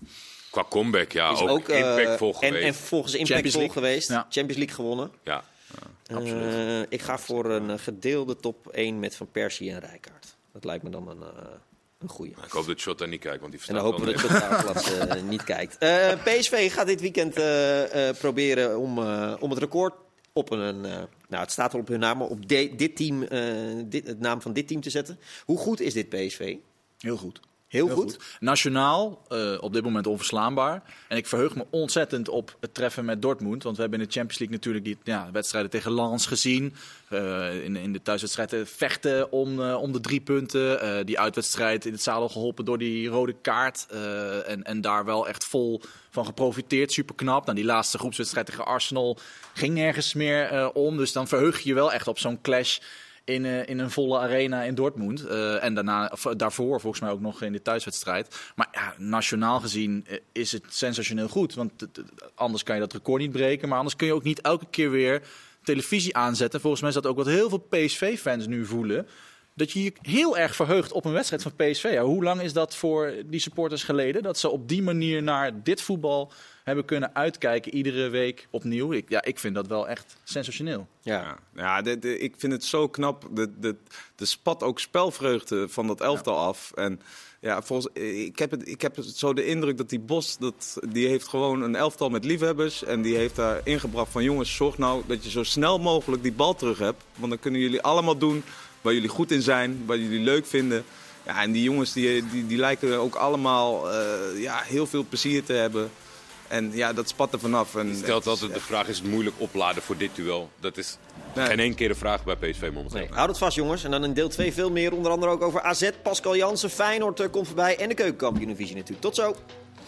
Qua comeback, ja, Is ook, ook, eh, impactvol en, geweest. en volgens Champions impactvol League. geweest. Ja. Champions League gewonnen. ja. absoluut. Eh, ik ga voor een eh, gedeelde top één met Van Persie en Rijkaard. Dat lijkt me dan een, eh een goeie. Ik hoop dat Shot daar niet kijkt, want die En dan verstaat hopen we wel dat net. het Totaalplat uh, niet kijkt. Uh, P S V gaat dit weekend uh, uh, proberen om, uh, om het record op een... Uh, nou, het staat al op hun naam, maar op de, dit team, uh, dit, het naam van dit team te zetten. Hoe goed is dit P S V? Heel goed. Heel, Heel goed. goed. Nationaal, uh, op dit moment onverslaanbaar. En ik verheug me ontzettend op het treffen met Dortmund. Want we hebben in de Champions League natuurlijk die ja, wedstrijden tegen Lens gezien. Uh, in, in de thuiswedstrijden vechten om, uh, om de drie punten. Uh, die uitwedstrijd in het zadel geholpen door die rode kaart. Uh, en, en daar wel echt vol van geprofiteerd. Super knap. Nou, die laatste groepswedstrijd tegen Arsenal ging nergens meer uh, om. Dus dan verheug je je wel echt op zo'n clash... In, uh, in een volle arena in Dortmund. Uh, en daarna, of, daarvoor volgens mij ook nog in de thuiswedstrijd. Maar ja, nationaal gezien uh, is het sensationeel goed. Want uh, anders kan je dat record niet breken. Maar anders kun je ook niet elke keer weer televisie aanzetten. Volgens mij is dat ook wat heel veel P S V-fans nu voelen. Dat je je heel erg verheugt op een wedstrijd van P S V. Ja, hoe lang is dat voor die supporters geleden? Dat ze op die manier naar dit voetbal hebben kunnen uitkijken. Iedere week opnieuw. Ik, ja, ik vind dat wel echt sensationeel. Ja. Ja, ja de, de, ik vind het zo knap. De, de, de spat ook spelvreugde van dat elftal ja. af. En ja, volgens, ik, heb het, ik heb zo de indruk dat die Bos, dat, die heeft gewoon een elftal met liefhebbers. En die heeft daar ingebracht van jongens, zorg nou dat je zo snel mogelijk die bal terug hebt. Want dan kunnen jullie allemaal doen waar jullie goed in zijn, wat jullie leuk vinden. Ja, en die jongens die, die, die lijken ook allemaal uh, ja, heel veel plezier te hebben. En ja, dat spat er vanaf. En Je stelt altijd de vraag, is het moeilijk opladen voor dit duel? Dat is Nee. geen één keer de vraag bij P S V momenteel. Nee, houd het vast jongens. En dan in deel twee veel meer. Onder andere ook over A Z, Pascal Jansen, Feyenoord uh, komt voorbij. En de Keukenkampioen-divisie natuurlijk. Tot zo.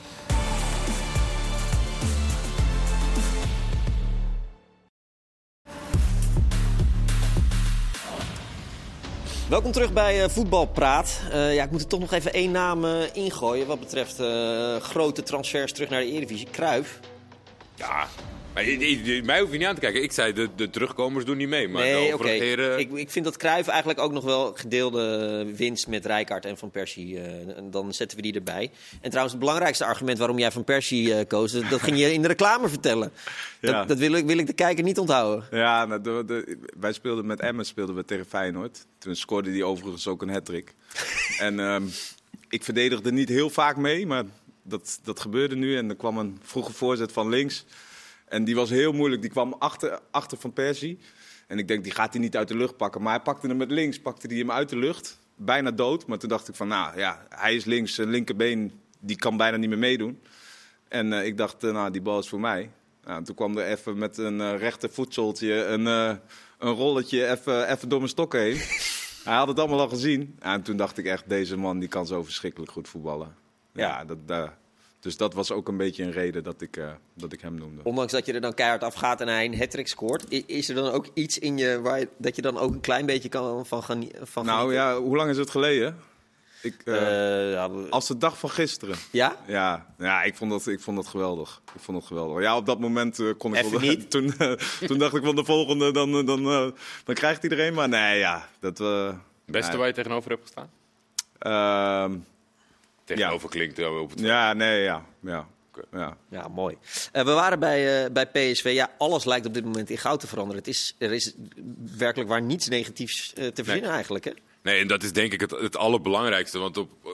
Welkom terug bij uh, Voetbalpraat. Uh, ja, ik moet er toch nog even één naam uh, ingooien wat betreft uh, grote transfers terug naar de Eredivisie. Cruijff. Ja, maar je, je, je, mij hoef je niet aan te kijken. Ik zei, de, de terugkomers doen niet mee. Maar nee, de oké. overige heren... Ik, ik vind dat Cruijff eigenlijk ook nog wel gedeelde winst met Rijkaard en Van Persie. Uh, dan zetten we die erbij. En trouwens, het belangrijkste argument waarom jij Van Persie uh, koos, dat ging je in de reclame vertellen. Dat, Ja. dat wil, ik, wil ik de kijker niet onthouden. Ja, nou, de, de, wij speelden met Emmen speelden we tegen Feyenoord. Toen scoorde hij overigens ook een hat-trick. en um, ik verdedigde niet heel vaak mee, maar dat, dat gebeurde nu. En er kwam een vroege voorzet van links. En die was heel moeilijk. Die kwam achter, achter Van Persie. En ik denk, die gaat hij niet uit de lucht pakken. Maar hij pakte hem met links, pakte hij hem uit de lucht. Bijna dood. Maar toen dacht ik van, nou ja, hij is links. Zijn linkerbeen, die kan bijna niet meer meedoen. En uh, ik dacht, uh, nou, die bal is voor mij. Nou, toen kwam er even met een uh, rechter voetsoltje, een, uh, een rolletje even, even door mijn stokken heen. Hij had het allemaal al gezien. En toen dacht ik echt, deze man die kan zo verschrikkelijk goed voetballen. Ja, ja dat, uh, dus dat was ook een beetje een reden dat ik, uh, dat ik hem noemde. Ondanks dat je er dan keihard afgaat en hij een hat-trick scoort, is er dan ook iets in je waar je, dat je dan ook een klein beetje kan van gaan van Nou genieten? ja, hoe lang is het geleden? Ik, uh, Uh, ja, als de dag van gisteren. ja? Ja, ja ik, vond dat, ik vond dat geweldig. Ik vond dat geweldig. Ja, op dat moment uh, kon ik Even wel... niet? toen, uh, toen dacht ik van de volgende, dan, uh, dan, uh, dan krijgt iedereen. Maar nee, ja. Dat, uh, Beste nee. waar je tegenover hebt gestaan? Uh, Tegenover klinkt uh, op het ja, nee, ja. ja, ja. Ja, mooi. Uh, we waren bij, uh, bij P S V. Ja, alles lijkt op dit moment in goud te veranderen. Het is, er is werkelijk waar niets negatiefs uh, te verzinnen Nee. eigenlijk, hè? Nee, en dat is denk ik het, het allerbelangrijkste. Want op,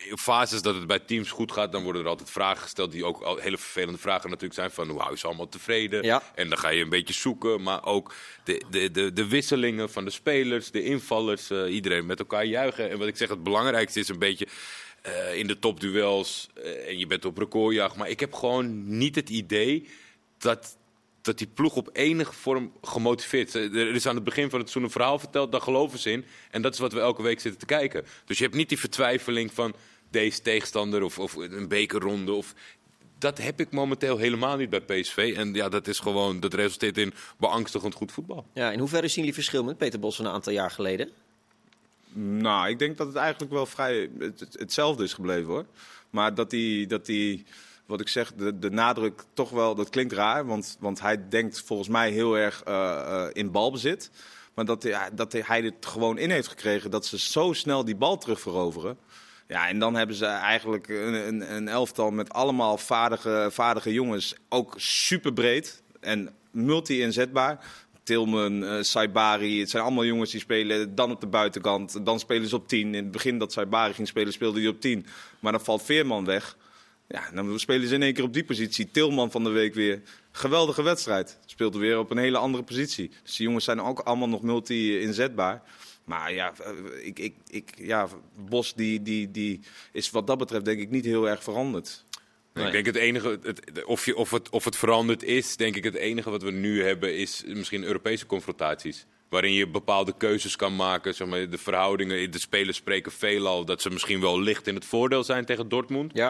in fases dat het bij teams goed gaat, dan worden er altijd vragen gesteld die ook al hele vervelende vragen natuurlijk zijn van hoe hou je ze allemaal tevreden? Ja. En dan ga je een beetje zoeken, maar ook de, de, de, de wisselingen van de spelers, de invallers, uh, iedereen met elkaar juichen. En wat ik zeg, het belangrijkste is een beetje uh, in de topduels uh, en je bent op recordjacht, maar ik heb gewoon niet het idee dat dat die ploeg op enige vorm gemotiveerd is. Er is aan het begin van het seizoen een verhaal verteld, daar geloven ze in. En dat is wat we elke week zitten te kijken. Dus je hebt niet die vertwijfeling van deze tegenstander of, of een bekerronde. Of, dat heb ik momenteel helemaal niet bij P S V. En ja, dat is gewoon, dat resulteert in beangstigend goed voetbal. Ja, in hoeverre zien jullie verschil met Peter Bos van een aantal jaar geleden? Nou, ik denk dat het eigenlijk wel vrij het, het, hetzelfde is gebleven, hoor. Maar dat hij... Dat die, wat ik zeg, de, de nadruk toch wel, dat klinkt raar, want, want hij denkt volgens mij heel erg uh, uh, in balbezit. Maar dat hij, dat hij het gewoon in heeft gekregen dat ze zo snel die bal terugveroveren. Ja, en dan hebben ze eigenlijk een, een, een elftal met allemaal vaardige, vaardige jongens. Ook super breed en multi-inzetbaar. Tilman, uh, Saibari, het zijn allemaal jongens die spelen dan op de buitenkant. Dan spelen ze op tien. In het begin dat Saibari ging spelen, speelde hij op tien. Maar dan valt Veerman weg. Ja, dan spelen ze in één keer op die positie. Tilman van de week weer. Geweldige wedstrijd. Speelt weer op een hele andere positie. Dus die jongens zijn ook allemaal nog multi-inzetbaar. Maar ja, ik, ik, ik, ja Bos die, die, die is wat dat betreft denk ik niet heel erg veranderd. Nee. Ik denk het enige, het, of, je, of, het, of het veranderd is, denk ik het enige wat we nu hebben is misschien Europese confrontaties. Waarin je bepaalde keuzes kan maken. Zeg maar, de verhoudingen, de spelers spreken veelal dat ze misschien wel licht in het voordeel zijn tegen Dortmund. Ja.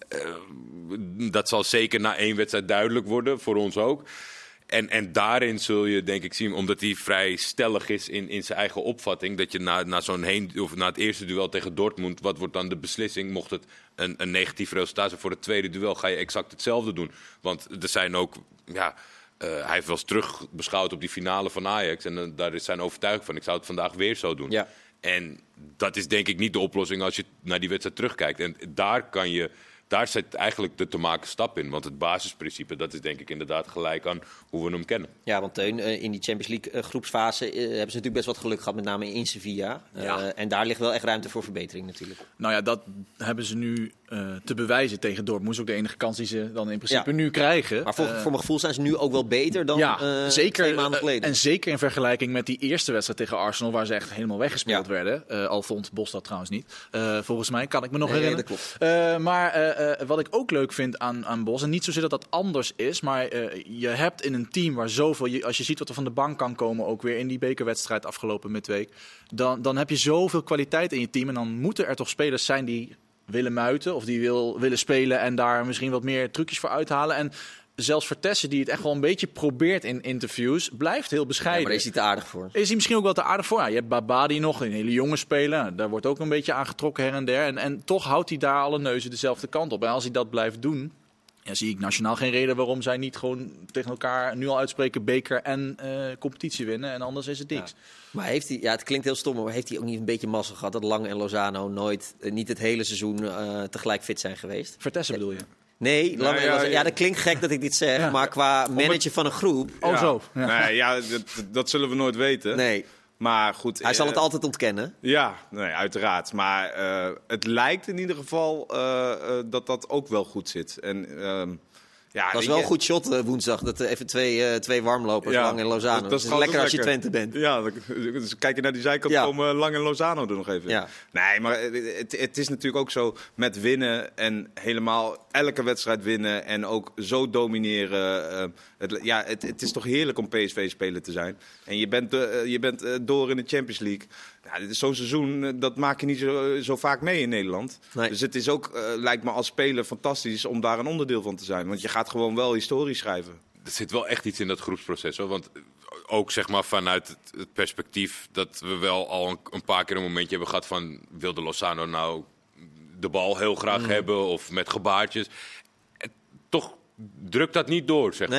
Uh, dat zal zeker na één wedstrijd duidelijk worden, voor ons ook. En, en daarin zul je denk ik zien, omdat hij vrij stellig is in, in zijn eigen opvatting, dat je na, na, zo'n heen, of na het eerste duel tegen Dortmund, wat wordt dan de beslissing? Mocht het een, een negatief resultaat zijn voor het tweede duel, ga je exact hetzelfde doen. Want er zijn ook... ja. Uh, hij heeft wel eens terug beschouwd op die finale van Ajax. En uh, daar is zijn overtuiging van. Ik zou het vandaag weer zo doen. Ja. En dat is denk ik niet de oplossing als je naar die wedstrijd terugkijkt. En daar kan je... Daar zit eigenlijk de te maken stap in. Want het basisprincipe, dat is denk ik inderdaad gelijk aan hoe we hem kennen. Ja, want Teun, in die Champions League groepsfase hebben ze natuurlijk best wat geluk gehad. Met name in Sevilla. Ja. Uh, en daar ligt wel echt ruimte voor verbetering natuurlijk. Nou ja, dat hebben ze nu uh, te bewijzen tegen Dortmund. Is ook de enige kans die ze dan in principe ja. nu krijgen. Maar voor, uh, voor mijn gevoel zijn ze nu ook wel beter dan ja, uh, zeker, twee maanden geleden. Uh, en zeker in vergelijking met die eerste wedstrijd tegen Arsenal. Waar ze echt helemaal weggespeeld ja. werden. Uh, al vond Bos dat trouwens niet. Uh, volgens mij kan ik me nog nee, herinneren. Nee, dat klopt. Uh, maar uh, uh, wat ik ook leuk vind aan, aan Bos. En niet zozeer dat dat anders is. Maar uh, je hebt in een team waar zoveel... Je, als je ziet wat er van de bank kan komen. Ook weer in die bekerwedstrijd afgelopen midweek. Dan, dan heb je zoveel kwaliteit in je team. En dan moeten er toch spelers zijn die willen muiten. Of die wil, willen spelen. En daar misschien wat meer trucjes voor uithalen. En zelfs Vertessen, die het echt wel een beetje probeert in interviews, blijft heel bescheiden. Ja, maar is hij te aardig voor? Is hij misschien ook wel te aardig voor? Ja, je hebt Babadi nog, een hele jonge speler. Daar wordt ook een beetje aangetrokken her en der. En, en toch houdt hij daar alle neuzen dezelfde kant op. En als hij dat blijft doen, ja, zie ik nationaal geen reden waarom zij niet gewoon tegen elkaar nu al uitspreken beker en uh, competitie winnen. En anders is het niks. Ja. Maar heeft hij, ja, het klinkt heel stom, maar heeft hij ook niet een beetje massa gehad dat Lang en Lozano nooit, uh, niet het hele seizoen uh, tegelijk fit zijn geweest? Vertessen bedoel je? Nee, Lang en ja, Lozano. ja. Ja, dat klinkt gek dat ik dit zeg, Ja. maar qua manager van een groep... Oh Ja. zo. Ja. Nee, ja, dat, dat zullen we nooit weten. Nee, Maar goed. hij zal eh, het altijd ontkennen. Ja, nee, uiteraard. Maar uh, het lijkt in ieder geval uh, uh, dat dat ook wel goed zit. En, uh, ja, Het was weet wel je- een goed shot uh, woensdag, dat uh, even twee, uh, twee warmlopers, Ja, Lang en Lozano. dat- Dat, dat is is lekker als je lekker. Twente bent. Ja, dan- dus kijk je naar die zijkant, Ja. komen Lang en Lozano er nog even. Ja. Nee, maar het, het is natuurlijk ook zo met winnen en helemaal elke wedstrijd winnen en ook zo domineren. Uh, het, ja, het, het is toch heerlijk om P S V-speler te zijn. En je bent, uh, je bent uh, door in de Champions League. Ja, dit is zo'n seizoen, uh, dat maak je niet zo, zo vaak mee in Nederland. Nee. Dus het is ook, uh, lijkt me als speler fantastisch om daar een onderdeel van te zijn. Want je gaat gewoon wel historie schrijven. Er zit wel echt iets in dat groepsproces, hoor. Want ook zeg maar vanuit het, het perspectief dat we wel al een, een paar keer een momentje hebben gehad van, wilde Lozano nou de bal heel graag Mm. hebben of met gebaartjes. En toch drukt dat niet door, zeg Nee. maar.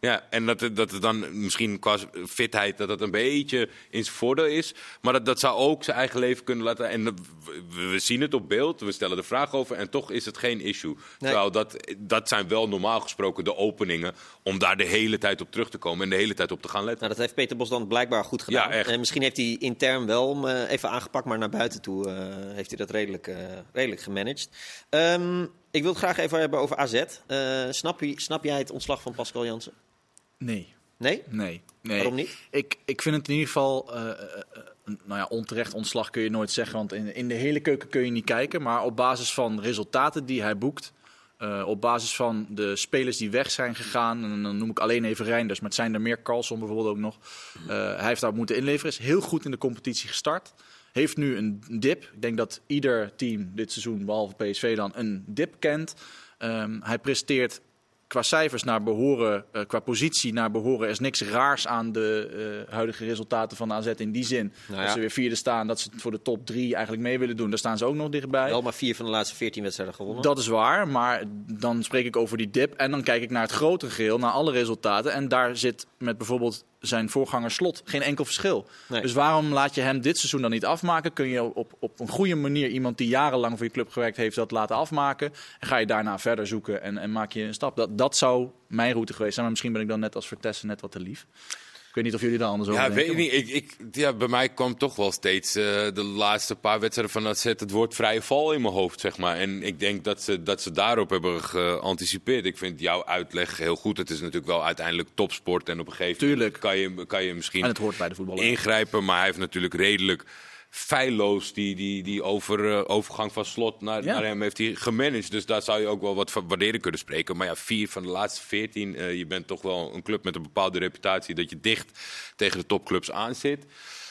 Ja, en dat, het- dat het dan misschien qua fitheid dat het een beetje in zijn voordeel is. Maar dat, dat zou ook zijn eigen leven kunnen laten. En we, we zien het op beeld, we stellen de vraag over en toch is het geen issue. Nee. Terwijl dat, dat zijn wel normaal gesproken de openingen om daar de hele tijd op terug te komen en de hele tijd op te gaan letten. Nou, dat heeft Peter Bos dan blijkbaar goed gedaan. Ja, echt. En misschien heeft hij intern wel hem eh, even aangepakt, maar naar buiten toe eh, heeft hij dat redelijk, eh, redelijk gemanaged. Um, ik wil het graag even hebben over A Z. Uh, snap, je, snap jij het ontslag van Pascal Jansen? Nee. Nee? Nee. nee. Waarom niet? Ik, ik vind het in ieder geval... Uh, uh, uh, nou ja, onterecht ontslag kun je nooit zeggen, want in, in de hele keuken kun je niet kijken. Maar op basis van resultaten die hij boekt... Uh, op basis van de spelers die weg zijn gegaan... en dan noem ik alleen even Reinders, maar het zijn er meer, Carlson bijvoorbeeld ook nog. Uh, hij heeft daar moeten inleveren, is heel goed in de competitie gestart... Heeft nu een dip. Ik denk dat ieder team dit seizoen, behalve P S V dan, een dip kent. Um, hij presteert qua cijfers naar behoren, uh, qua positie naar behoren. Er is niks raars aan de uh, huidige resultaten van A Z in die zin. Nou ja. Dat ze weer vierde staan, dat ze voor de top drie eigenlijk mee willen doen. Daar staan ze ook nog dichtbij. Wel maar vier van de laatste veertien wedstrijden gewonnen. Dat is waar, maar dan spreek ik over die dip. En dan kijk ik naar het grotere geheel, naar alle resultaten. En daar zit met bijvoorbeeld zijn voorganger Slot geen enkel verschil. Nee. Dus waarom laat je hem dit seizoen dan niet afmaken? Kun je op, op een goede manier iemand die jarenlang voor je club gewerkt heeft dat laten afmaken? En ga je daarna verder zoeken en, en maak je een stap. Dat, dat zou mijn route geweest zijn, maar misschien ben ik dan net als Vertessen net wat te lief. Ik weet niet of jullie daar anders over Ja, denken. weet ik niet. Ik, ik, ja, bij mij kwam toch wel steeds uh, de laatste paar wedstrijden van A Z het woord vrije val in mijn hoofd, zeg maar. En ik denk dat ze, dat ze daarop hebben geanticipeerd. Ik vind jouw uitleg heel goed. Het is natuurlijk wel uiteindelijk topsport en op een gegeven moment kan je, kan je misschien En het hoort bij de voetballer. ingrijpen. Maar hij heeft natuurlijk redelijk feilloos die, die, die over, uh, overgang van Slot naar, Ja. naar hem heeft hij gemanaged. Dus daar zou je ook wel wat van waardering kunnen spreken. Maar ja, vier van de laatste veertien. Uh, je bent toch wel een club met een bepaalde reputatie dat je dicht tegen de topclubs aan zit.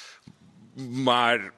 Maar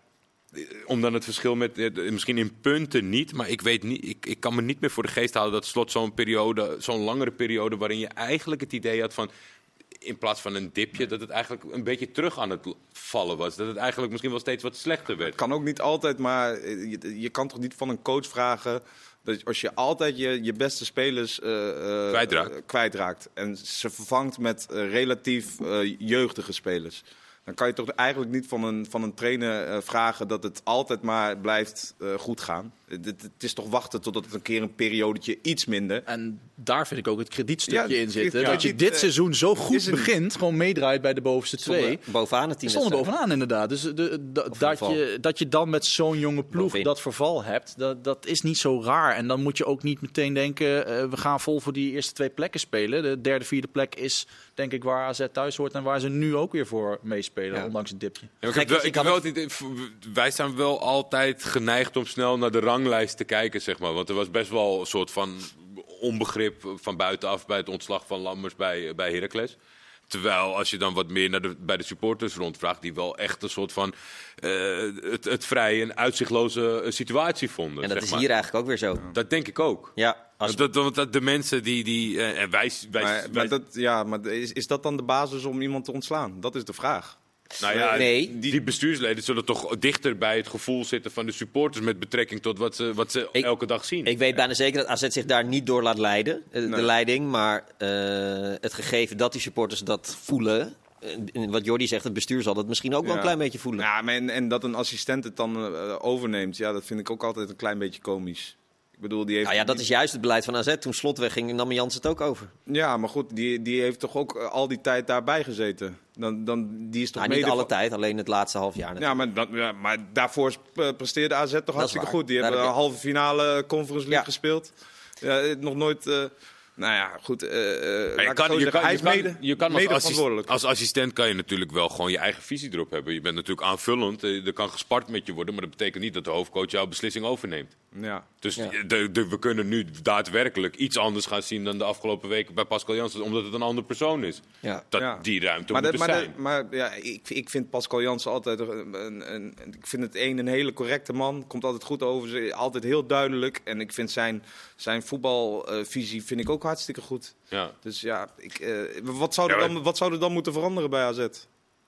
om dan het verschil met, uh, misschien in punten niet, maar ik weet niet, ik, ik kan me niet meer voor de geest halen dat Slot zo'n periode, zo'n langere periode waarin je eigenlijk het idee had van, in plaats van een dipje, dat het eigenlijk een beetje terug aan het vallen was. Dat het eigenlijk misschien wel steeds wat slechter werd. Kan ook niet altijd, maar je, je kan toch niet van een coach vragen dat als je altijd je, je beste spelers uh, uh, Kwijtraakt. uh, kwijtraakt en ze vervangt met uh, relatief uh, jeugdige spelers. Dan kan je toch eigenlijk niet van een, van een trainer uh, vragen dat het altijd maar blijft uh, goed gaan. Het, het is toch wachten totdat het een keer een periodetje iets minder. En daar vind ik ook het kredietstukje Ja, in zitten. ja. Dat je Ja. dit seizoen zo goed Is er niet. begint, gewoon meedraait bij de bovenste twee. Stonden bovenaan het team. Stonden bovenaan inderdaad. Dus de, de- dat, verval. je, dat je dan met zo'n jonge ploeg Bovenin. dat verval hebt, dat, dat is niet zo raar. En dan moet je ook niet meteen denken, uh, we gaan vol voor die eerste twee plekken spelen. De derde, vierde plek is denk ik waar A Z thuis hoort en waar ze nu ook weer voor meespelen, Ja. ondanks het dipje. Ja, maar ik Gek heb wel, is, je ik heb kan wel het idee, wij zijn wel altijd geneigd om snel naar de ranglijst te kijken, zeg maar. Want er was best wel een soort van onbegrip van buitenaf bij het ontslag van Lammers bij, bij Heracles. Terwijl als je dan wat meer naar de, bij de supporters rondvraagt, die wel echt een soort van uh, het, het vrij een uitzichtloze uh, situatie vonden. En dat zeg is maar. hier eigenlijk ook weer zo. Dat denk ik ook. Ja, als... Want dat, dat de mensen die... die uh, en wij, wij, Maar, wij- maar, dat, ja, maar is, is dat dan de basis om iemand te ontslaan? Dat is de vraag. nou ja, Nee. die, die bestuursleden zullen toch dichter bij het gevoel zitten van de supporters met betrekking tot wat ze, wat ze Ik- elke dag zien. Ik weet bijna zeker dat A Z zich daar niet door laat leiden, eh, de Nee. leiding. Maar eh, het gegeven dat die supporters dat voelen, eh, wat Jordi zegt, het bestuur zal dat misschien ook wel Ja. een klein beetje voelen. Ja, maar en, en dat een assistent het dan uh, overneemt, ja, dat vind ik ook altijd een klein beetje komisch. Ik bedoel, die heeft... Nou ja, dat is juist het beleid van A Z. Toen Slot wegging, nam Jans het ook over. Ja, maar goed, die, die heeft toch ook uh, al die tijd daarbij gezeten. Dan, dan, die is toch Nou, niet mede alle van- tijd, alleen het laatste half jaar natuurlijk. Ja maar, dat, ja, maar daarvoor sp- presteerde A Z toch hartstikke waar. goed. Die Daar hebben heb een je- halve finale Conference League Ja. gespeeld. Ja, nog nooit... uh, nou ja, goed. uh, uh, laat Maar ik je het kan, zo je zeggen, kan, hij je is kan, mede, je kan als, mede assist- verantwoordelijk. als assistent kan je natuurlijk wel gewoon je eigen visie erop hebben. Je bent natuurlijk aanvullend. eh, Er kan gespart met je worden, maar dat betekent niet dat de hoofdcoach jouw beslissing overneemt. Ja. Dus Ja. de, de, we kunnen nu daadwerkelijk iets anders gaan zien dan de afgelopen weken bij Pascal Jansen, omdat het een andere persoon is. Ja. Dat Ja. die ruimte Maar, moet dat, er maar, zijn. dat- maar ja, ik, ik vind Pascal Jansen altijd een, een, een- ik vind het een, een hele correcte man. Komt altijd goed over. Ze- Altijd heel duidelijk. En ik vind zijn, zijn voetbalvisie vind ik ook hartstikke goed. Ja. Dus ja, ik, eh, wat, zou er Ja, maar- dan, wat zou er dan moeten veranderen bij A Z?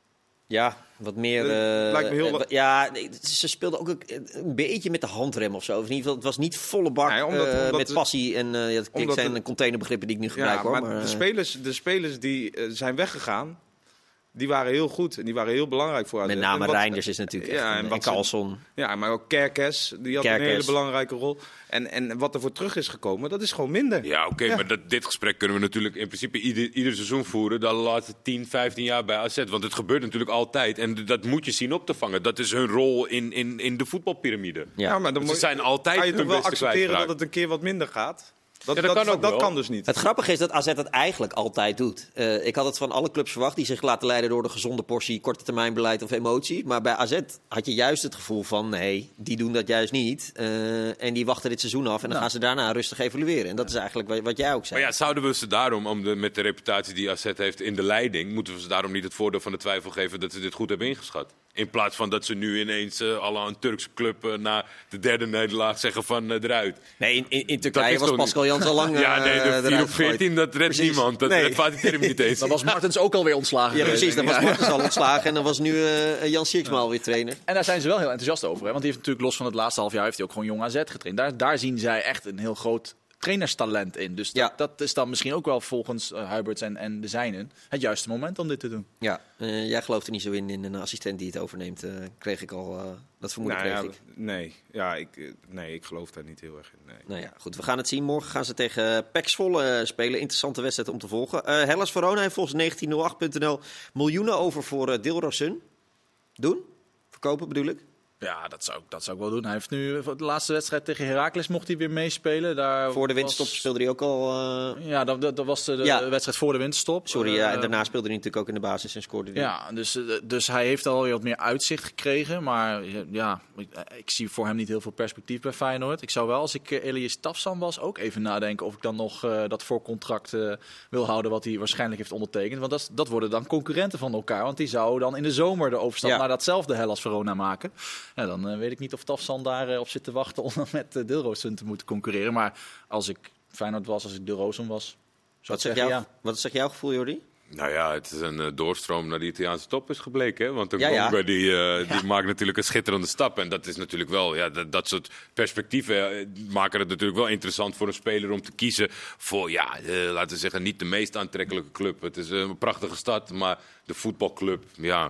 Ja, wat meer... Uh, uh, lijkt me heel... uh, ja, ze speelden ook een, een beetje met de handrem of zo. Of in ieder geval, het was niet volle bak nee, omdat, uh, omdat met passie. En uh, ja, het zijn de, containerbegrippen die ik nu gebruik. Ja, hoor, maar, maar de, spelers, de spelers die uh, zijn weggegaan, die waren heel goed. En die waren heel belangrijk voor A Z. Met name Reinders is natuurlijk echt ja, en, en Carlson. Ja, maar ook Kerkes, die had Kerkes. een hele belangrijke rol. En, en wat er voor terug is gekomen, dat is gewoon minder. Ja, oké, okay, ja. maar dat, dit gesprek kunnen we natuurlijk in principe ieder, ieder seizoen voeren. De laatste tien, vijftien jaar bij A Z. Want het gebeurt natuurlijk altijd. En dat moet je zien op te vangen. Dat is hun rol in, in, in de voetbalpyramide. Ja, ja maar dan ze moet, zijn altijd kan je toch wel accepteren dat het een keer wat minder gaat? Dat, ja, dat, dat, kan, ook dat wel. kan dus niet. Het grappige is dat A Z het eigenlijk altijd doet. Uh, ik had het van alle clubs verwacht die zich laten leiden door de gezonde portie korte termijn beleid of emotie. Maar bij A Z had je juist het gevoel van nee, die doen dat juist niet. Uh, en die wachten dit seizoen af en dan nou. gaan ze daarna rustig evalueren. En dat is eigenlijk wat, wat jij ook zei. Maar ja, zouden we ze daarom, om de, met de reputatie die A Z heeft in de leiding, moeten we ze daarom niet het voordeel van de twijfel geven dat ze dit goed hebben ingeschat? In plaats van dat ze nu ineens uh, alle een Turkse club uh, na de derde nederlaag zeggen van uh, eruit. Nee, in, in, in Turkije was Pascal Jans al lang uh, ja, nee, de vier op veertien, dat redt precies. niemand. Dat nee. redt Fatih Terim niet eens. Dan was Martens ook alweer ontslagen. Ja, precies. Dan was Martens al ontslagen en dan was nu uh, Jan Sierksma alweer trainer. En daar zijn ze wel heel enthousiast over. Hè? Want die heeft natuurlijk los van het laatste half jaar heeft hij ook gewoon jong A Z getraind. Daar, daar zien zij echt een heel groot trainerstalent in. Dus dat, ja. dat is dan misschien ook wel volgens uh, Huiberts en, en de zijnen het juiste moment om dit te doen. Ja, uh, jij gelooft er niet zo in, in een assistent die het overneemt. Uh, kreeg ik al, uh, dat vermoeden nou, kreeg ja, ik. Nee, ja, ik, nee, ik geloof daar niet heel erg in. Nee. Nou ja, goed, we gaan het zien. Morgen gaan ze tegen P E C Zwolle uh, spelen. Interessante wedstrijd om te volgen. Uh, Hellas Verona heeft volgens negentien nul acht punt n l miljoenen over voor uh, Dilrosun. Doen? Verkopen bedoel ik? Ja, dat zou, dat zou ik wel doen. Hij heeft nu de laatste wedstrijd tegen Heracles mocht hij weer meespelen. Daar voor de winterstop was... speelde hij ook al... Uh... Ja, dat, dat was de, de ja. wedstrijd voor de winterstop. Sorry, ja, en daarna speelde hij natuurlijk ook in de basis en scoorde hij. Ja, dus, dus hij heeft alweer wat meer uitzicht gekregen. Maar ja, ik, ik zie voor hem niet heel veel perspectief bij Feyenoord. Ik zou wel, als ik Elias Tafsan was, ook even nadenken of ik dan nog uh, dat voorcontract uh, wil houden wat hij waarschijnlijk heeft ondertekend. Want dat, dat worden dan concurrenten van elkaar. Want die zou dan in de zomer de overstap ja. naar datzelfde Hellas Verona maken. Ja, dan uh, weet ik niet of Tafsan daar uh, op zit te wachten om met uh, Dilrosun te moeten concurreren. Maar als ik Feyenoord was, als ik Dilrosun was, wat, zeggen, zeg jou, ja. wat is jouw gevoel, Jordi? Nou ja, het is een uh, doorstroom naar de Italiaanse top is gebleken. Hè? Want de ja, Gonga ja. die, uh, die ja. maakt natuurlijk een schitterende stap. En dat is natuurlijk wel, ja, dat, dat soort perspectieven uh, maken het natuurlijk wel interessant voor een speler om te kiezen voor, ja, uh, laten we zeggen, niet de meest aantrekkelijke club. Het is uh, een prachtige stad, maar de voetbalclub, ja,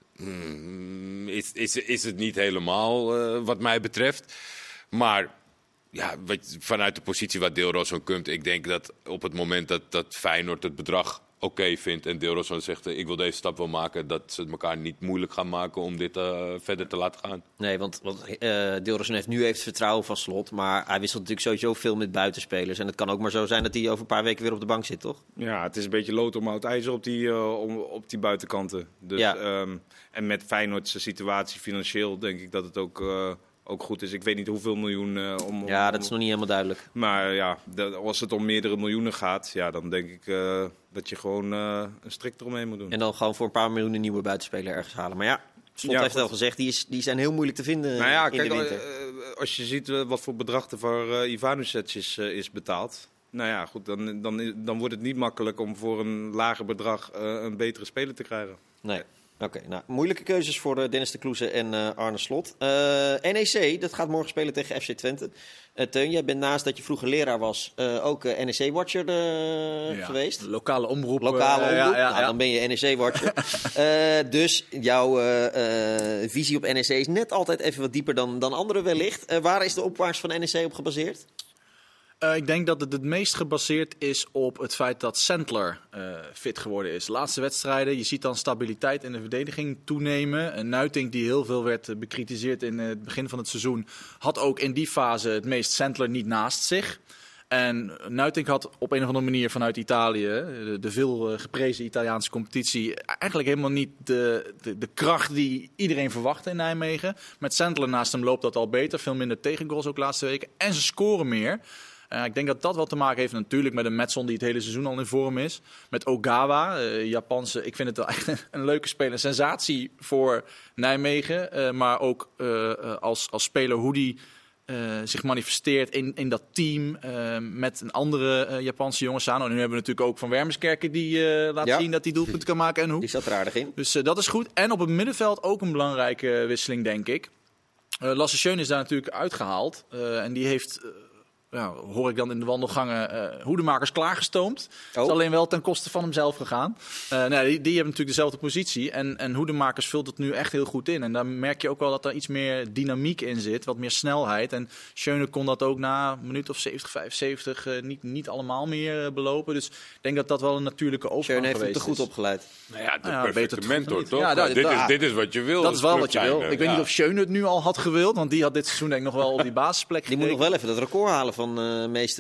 mm, is, is, is het niet helemaal uh, wat mij betreft. Maar ja, wat, vanuit de positie waar Dilrosun komt, ik denk dat op het moment dat, dat Feyenoord het bedrag oké okay vindt en Dilrosun zegt ik wil deze stap wel maken, dat ze het elkaar niet moeilijk gaan maken om dit uh, verder te laten gaan. Nee, want, want uh, Dilrosun heeft nu heeft vertrouwen van Slot, maar hij wisselt natuurlijk sowieso veel met buitenspelers. En het kan ook maar zo zijn dat hij over een paar weken weer op de bank zit, toch? Ja, het is een beetje lood om oud ijzer op die, uh, op die buitenkanten. Dus, ja. um, en met Feyenoordse situatie financieel denk ik dat het ook... Uh, ook goed is. Ik weet niet hoeveel miljoen... Uh, om, om, ja, dat is nog niet helemaal duidelijk. Maar ja, de, als het om meerdere miljoenen gaat, ja, dan denk ik uh, dat je gewoon uh, een strik eromheen moet doen. En dan gewoon voor een paar miljoen een nieuwe buitenspeler ergens halen. Maar ja, Slot ja, heeft wel gezegd, die, is, die zijn heel moeilijk te vinden nou ja, in kijk, de winter. Uh, als je ziet uh, wat voor bedrag er voor uh, Ivanovic is, uh, is betaald. Nou ja, goed, dan, dan, dan wordt het niet makkelijk om voor een lager bedrag uh, een betere speler te krijgen. Nee. Oké, okay, nou, moeilijke keuzes voor uh, Dennis de Kloeze en uh, Arne Slot. Uh, N E C, dat gaat morgen spelen tegen F C Twente. Uh, Teun, jij bent naast dat je vroeger leraar was, uh, ook uh, N E C-watcher uh, ja, geweest. Lokale omroep. Lokale omroep, uh, ja, ja, nou, ja. dan ben je N E C-watcher. uh, dus jouw uh, uh, visie op N E C is net altijd even wat dieper dan, dan anderen wellicht. Uh, waar is de opwaarts van N E C op gebaseerd? Uh, ik denk dat het het meest gebaseerd is op het feit dat Sandler uh, fit geworden is. Laatste wedstrijden, je ziet dan stabiliteit in de verdediging toenemen. Een Nuitink die heel veel werd bekritiseerd in het begin van het seizoen, had ook in die fase het meest Sandler niet naast zich. En Nuitink had op een of andere manier vanuit Italië, de, de veel geprezen Italiaanse competitie, eigenlijk helemaal niet de, de, de kracht die iedereen verwachtte in Nijmegen. Met Sandler naast hem loopt dat al beter, veel minder tegengoals ook laatste weken. En ze scoren meer. Uh, ik denk dat dat wat te maken heeft natuurlijk met een Metson die het hele seizoen al in vorm is. Met Ogawa, uh, Japanse. Ik vind het wel echt een, een leuke speler. Een sensatie voor Nijmegen. Uh, maar ook uh, als, als speler hoe die uh, zich manifesteert in, in dat team uh, met een andere uh, Japanse jongen Sano. En nu hebben we natuurlijk ook Van Wermerskerken die uh, laat ja. zien dat hij doelpunten kan maken en hoe. Die zat er aardig in. Dus uh, dat is goed. En op het middenveld ook een belangrijke wisseling, denk ik. Uh, Lasse Schöne is daar natuurlijk uitgehaald. Uh, en die heeft... Uh, Ja, hoor ik dan in de wandelgangen uh, Hoedemakers klaargestoomd. Oh. Het is alleen wel ten koste van hemzelf gegaan. Uh, nou, die, die hebben natuurlijk dezelfde positie. En, en Hoedemakers vult het nu echt heel goed in. En daar merk je ook wel dat er iets meer dynamiek in zit. Wat meer snelheid. En Schöne kon dat ook na een minuut of zeventig, vijfenzeventig uh, niet, niet allemaal meer uh, belopen. Dus ik denk dat dat wel een natuurlijke overgang Schöne heeft geweest hem te goed is. opgeleid. Nou ja, de nou ja, perfecte beter mentor, toch? Ja, dat, dit, dat, is, dit is wat je wil. Dat is wel wat je wil. zijn, Ik weet ja. niet of Schöne het nu al had gewild. Want die had dit seizoen denk ik nog wel op die basisplek Die moet nog wel even dat record halen van de uh, meeste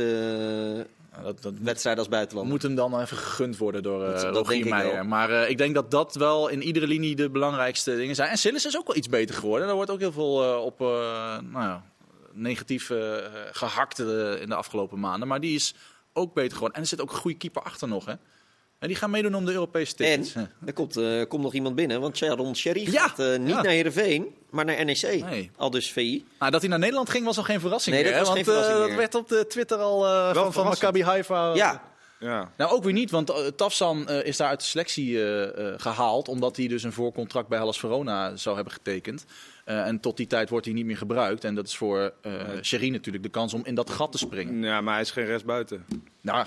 Ja, dat, dat wedstrijden als buitenland. moet hem dan even gegund worden door uh, Dat- dat Rogier denk ik Meijer. wel. Maar uh, ik denk dat dat wel in iedere linie de belangrijkste dingen zijn. En Sillis is ook wel iets beter geworden. Daar wordt ook heel veel uh, op uh, nou ja, negatief uh, gehakt uh, in de afgelopen maanden. Maar die is ook beter geworden. En er zit ook een goede keeper achter nog. Hè? En die gaan meedoen om de Europese En titels. er komt, uh, komt nog iemand binnen, want Sharon Sherry Ja, gaat uh, niet ja. naar Heerenveen, maar naar N E C. Nee. Al dus V I. Nou, dat hij naar Nederland ging was al geen verrassing Nee, meer. dat was hè? geen Want uh, verrassing dat meer. werd op de Twitter al uh, van, van verrassend. Maccabi Haifa. Ja, Ja. Nou, ook weer niet, want uh, Tafsan uh, is daar uit de selectie uh, uh, gehaald. Omdat hij dus een voorcontract bij Hellas Verona zou hebben getekend. Uh, en tot die tijd wordt hij niet meer gebruikt. En dat is voor uh, Sherry natuurlijk de kans om in dat gat te springen. ja, maar hij is geen rechtsbuiten. Nou,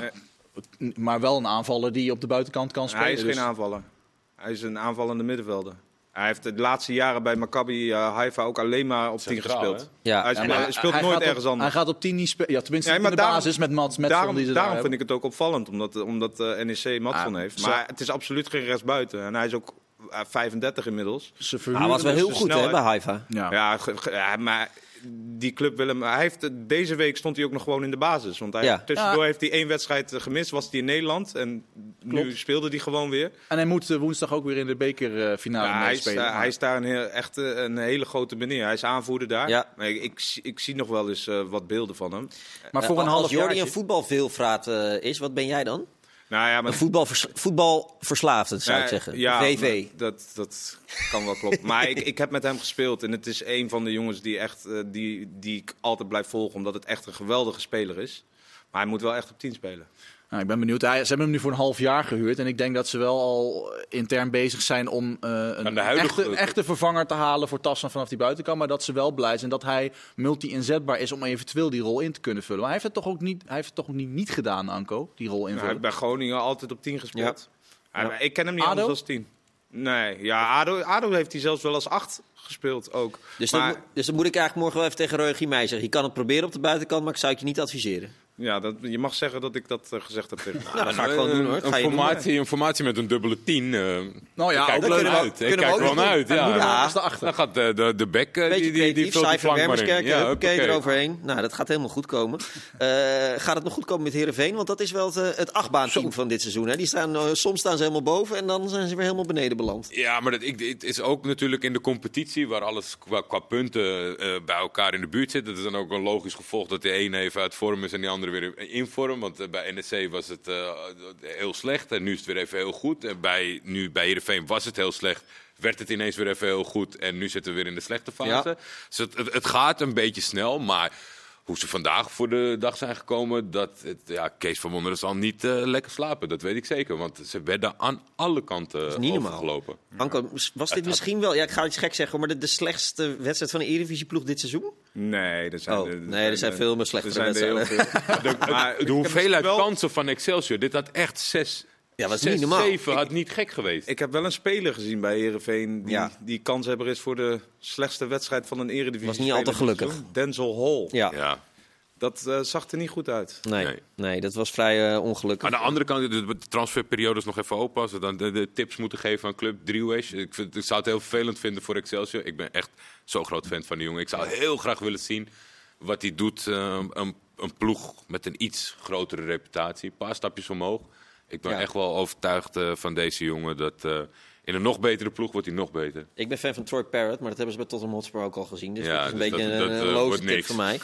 maar wel een aanvaller die op de buitenkant kan spelen. Hij is dus- geen aanvaller. Hij is een aanvallende middenvelder. Hij heeft de laatste jaren bij Maccabi uh, Haifa ook alleen maar op tien Centraal, gespeeld. hè? ja. Hij En speelt, hij- speelt hij nooit gaat ergens op, anders. Hij gaat op tien niet spelen. Ja, tenminste Ja, in maar de daarom- basis met Mats Metson Daarom, die ze daarom daar vind hebben. ik het ook opvallend, omdat, omdat uh, N E C Matson Ah, heeft. zo- Maar het is absoluut geen rechtsbuiten. En hij is ook uh, vijfendertig inmiddels. Ze Hij verhuren was wel dus heel de goed hè, snelheid. bij Haifa. Ja. Ja, ge- ge- ja, maar die club wil hem... Hij heeft, deze week stond hij ook nog gewoon in de basis. Want hij, Ja. tussendoor Ja. heeft hij één wedstrijd uh, gemist. Was hij in Nederland. En nu Klopt. speelde hij gewoon weer. En hij moet uh, woensdag ook weer in de bekerfinale Ja, hij, is, meespelen. uh, hij is daar een, heel, echt uh, een hele grote meneer. Hij is aanvoerder daar. Ja. Maar ik, ik, ik zie nog wel eens uh, wat beelden van hem. maar voor Uh, een als half Jordi jaar. een voetbalveelvraat uh, is, wat ben jij dan? Nou ja, maar Een voetbalvers voetbalverslaafde, zou ik Ja, zeggen. Ja, V V. maar Dat, dat kan wel kloppen. Maar ik, ik heb met hem gespeeld. En het is een van de jongens die, echt, uh, die, die ik altijd blijf volgen. Omdat het echt een geweldige speler is. Maar hij moet wel echt op tien spelen. Nou, ik ben benieuwd. Hij, ze hebben hem nu voor een half jaar gehuurd. En ik denk dat ze wel al intern bezig zijn om uh, een Aan de huidige- echte, echte vervanger te halen voor Tassan vanaf die buitenkant. Maar dat ze wel blij zijn dat hij multi-inzetbaar is om eventueel die rol in te kunnen vullen. Maar hij heeft het toch ook niet, hij heeft het toch ook niet, niet gedaan, Anko, die rol Nou, hij invullen. heeft bij Groningen altijd op tien gespeeld. Hij- Ja. Ik ken hem niet ADO? anders als tien. Nee, ja, ADO, ADO heeft hij zelfs wel als acht gespeeld ook. Dus, maar, dan, dus dan moet ik eigenlijk morgen wel even tegen Roy Meijer zeggen. Je kan het proberen op de buitenkant, maar ik zou het je niet adviseren. ja, dat, je mag zeggen dat ik dat uh, gezegd heb tegen hem. Nou, dat ga ik gewoon doen hoor. Dat Een ga je doen. formatie, een formatie met een dubbele tien. Uh, Nou ja, ik kijk ook er leuk. wel we- uit. Ik kunnen we kijk ook er wel nog naar uit. doen. Ja. En Ja, is daarachter. Dan gaat de, de, de back uh, Beetje die, die, die creatief, vult de Cypher flank maar in. Wermerskerk, Ja, oké, hoppakee. eroverheen. Nou, dat gaat helemaal goed komen. Uh, gaat het nog goed komen met Heerenveen? Want dat is wel het, uh, het achtbaanteam van dit seizoen. Hè? Die staan, uh, soms staan ze helemaal boven en dan zijn ze weer helemaal beneden beland. Ja, maar dat, ik, het is ook natuurlijk in de competitie waar alles qua, qua punten uh, bij elkaar in de buurt zit. Dat is dan ook een logisch gevolg dat de ene even uit vorm is en die andere weer in vorm. Want uh, bij N E C was het uh, heel slecht en nu is het weer even heel goed. En bij, nu bij Heerenveen was het heel slecht, werd het ineens weer even heel goed. En nu zitten we weer in de slechte fase. Ja. Dus het, het, het gaat een beetje snel, maar hoe ze vandaag voor de dag zijn gekomen, dat het, ja, Kees van Wonderen zal niet uh, lekker slapen. Dat weet ik zeker, want ze werden aan alle kanten niet normaal. overgelopen. Anko, was dit misschien wel, ja, ik ga iets gek zeggen, maar de, de slechtste wedstrijd van de Eredivisieploeg dit seizoen? Nee, er zijn, Oh, er, nee, er zijn veel meer slechtere er zijn er heel veel. De, Maar de hoeveelheid ik heb wel- kansen van Excelsior, dit had echt zes, Ja, dat is zes niet normaal. zeven, had niet gek geweest. Ik heb wel een speler gezien bij Heerenveen die, Ja. die kanshebber is voor de slechtste wedstrijd van een eredivisie. Was niet al te gelukkig. Denzel Hall. Ja, Ja. Dat uh, zag er niet goed uit. nee, Nee. nee, dat was vrij uh, ongelukkig. Aan de andere kant, de de transferperiodes nog even oppassen. Dan de, de tips moeten geven aan Club Driewees. Ik, vind- ik zou het heel vervelend vinden voor Excelsior. Ik ben echt zo'n groot fan van die jongen. Ik zou heel graag willen zien wat hij doet. Uh, een, een ploeg met een iets grotere reputatie. Een paar stapjes omhoog. Ik ben Ja. echt wel overtuigd uh, van deze jongen dat uh, in een nog betere ploeg wordt hij nog beter. Ik ben fan van Troy Parrott, maar dat hebben ze bij Tottenham Hotspur ook al gezien. Dus Ja, dat is een dus beetje dat- een, dat, een uh, loze wordt tip niks. voor mij.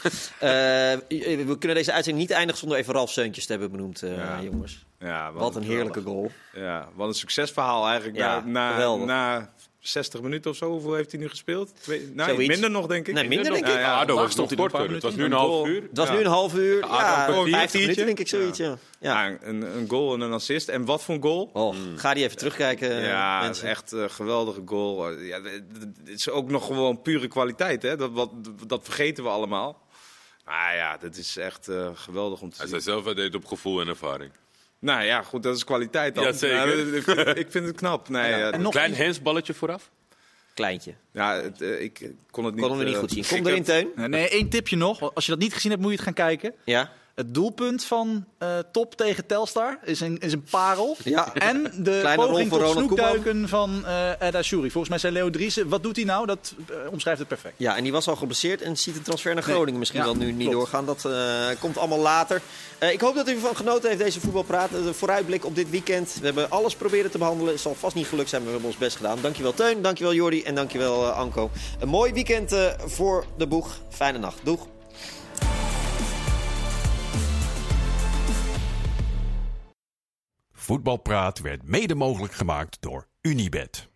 Uh, we kunnen deze uitzending niet eindigen zonder even Ralf Seuntjes te hebben benoemd, uh, Ja. jongens. Ja, Wat een heerlijke goal. Ja, wat een succesverhaal eigenlijk. Ja, na, na, geweldig. na zestig minuten of zo. Hoeveel heeft hij nu gespeeld? Twee, nou, Zoiets. minder nog, denk ik. Nee, minder denk ik. Ja, ja, ADO was stond nog hij nog korter. een Het paar was nu een half uur. Het was Ja. nu een half uur. Ja, Ja, een vijftig kwartiertje. minuten denk ik zoiets. Ja. Ja. Ja, een, een goal en een assist. En wat voor een goal? Oh, ga die even terugkijken, Ja, het is mensen. echt een geweldige goal. Ja, het is ook nog gewoon pure kwaliteit. Hè? Dat, wat, dat vergeten we allemaal. Maar ja, dat is echt uh, geweldig om te Hij zien. zei zelf, hij deed op gevoel en ervaring. Nou ja, goed, dat is kwaliteit dan. Ja, zeker. Ja, ik, vind, ik vind het knap. Nee, ja, En dat- nog Klein iets- hensballetje vooraf. Kleintje. ja, het, uh, ik kon het niet, Konden we niet uh, goed zien. Kom ik erin, heb- Teun. Nee, één tipje nog. Als je dat niet gezien hebt, moet je het gaan kijken. Ja. Het doelpunt van uh, Top tegen Telstar is een, is een parel. Ja. En de Kleine rol poging voor tot Ronald snoekduiken van uh, Ed Ashuri. Volgens mij zei Leo Driessen, wat doet hij nou? Dat uh, omschrijft het perfect. Ja, en die was al geblesseerd en ziet de transfer naar Groningen Nee. misschien Ja, wel nu niet klopt. doorgaan. Dat uh, komt allemaal later. Uh, ik hoop dat u ervan genoten heeft, deze voetbalpraat. De vooruitblik op dit weekend. We hebben alles proberen te behandelen. Het zal vast niet gelukt zijn, maar we hebben ons best gedaan. Dankjewel Teun, dankjewel Jordi en dankjewel uh, Anko. Een mooi weekend uh, voor de boeg. Fijne nacht. Doeg. Voetbalpraat werd mede mogelijk gemaakt door Unibet.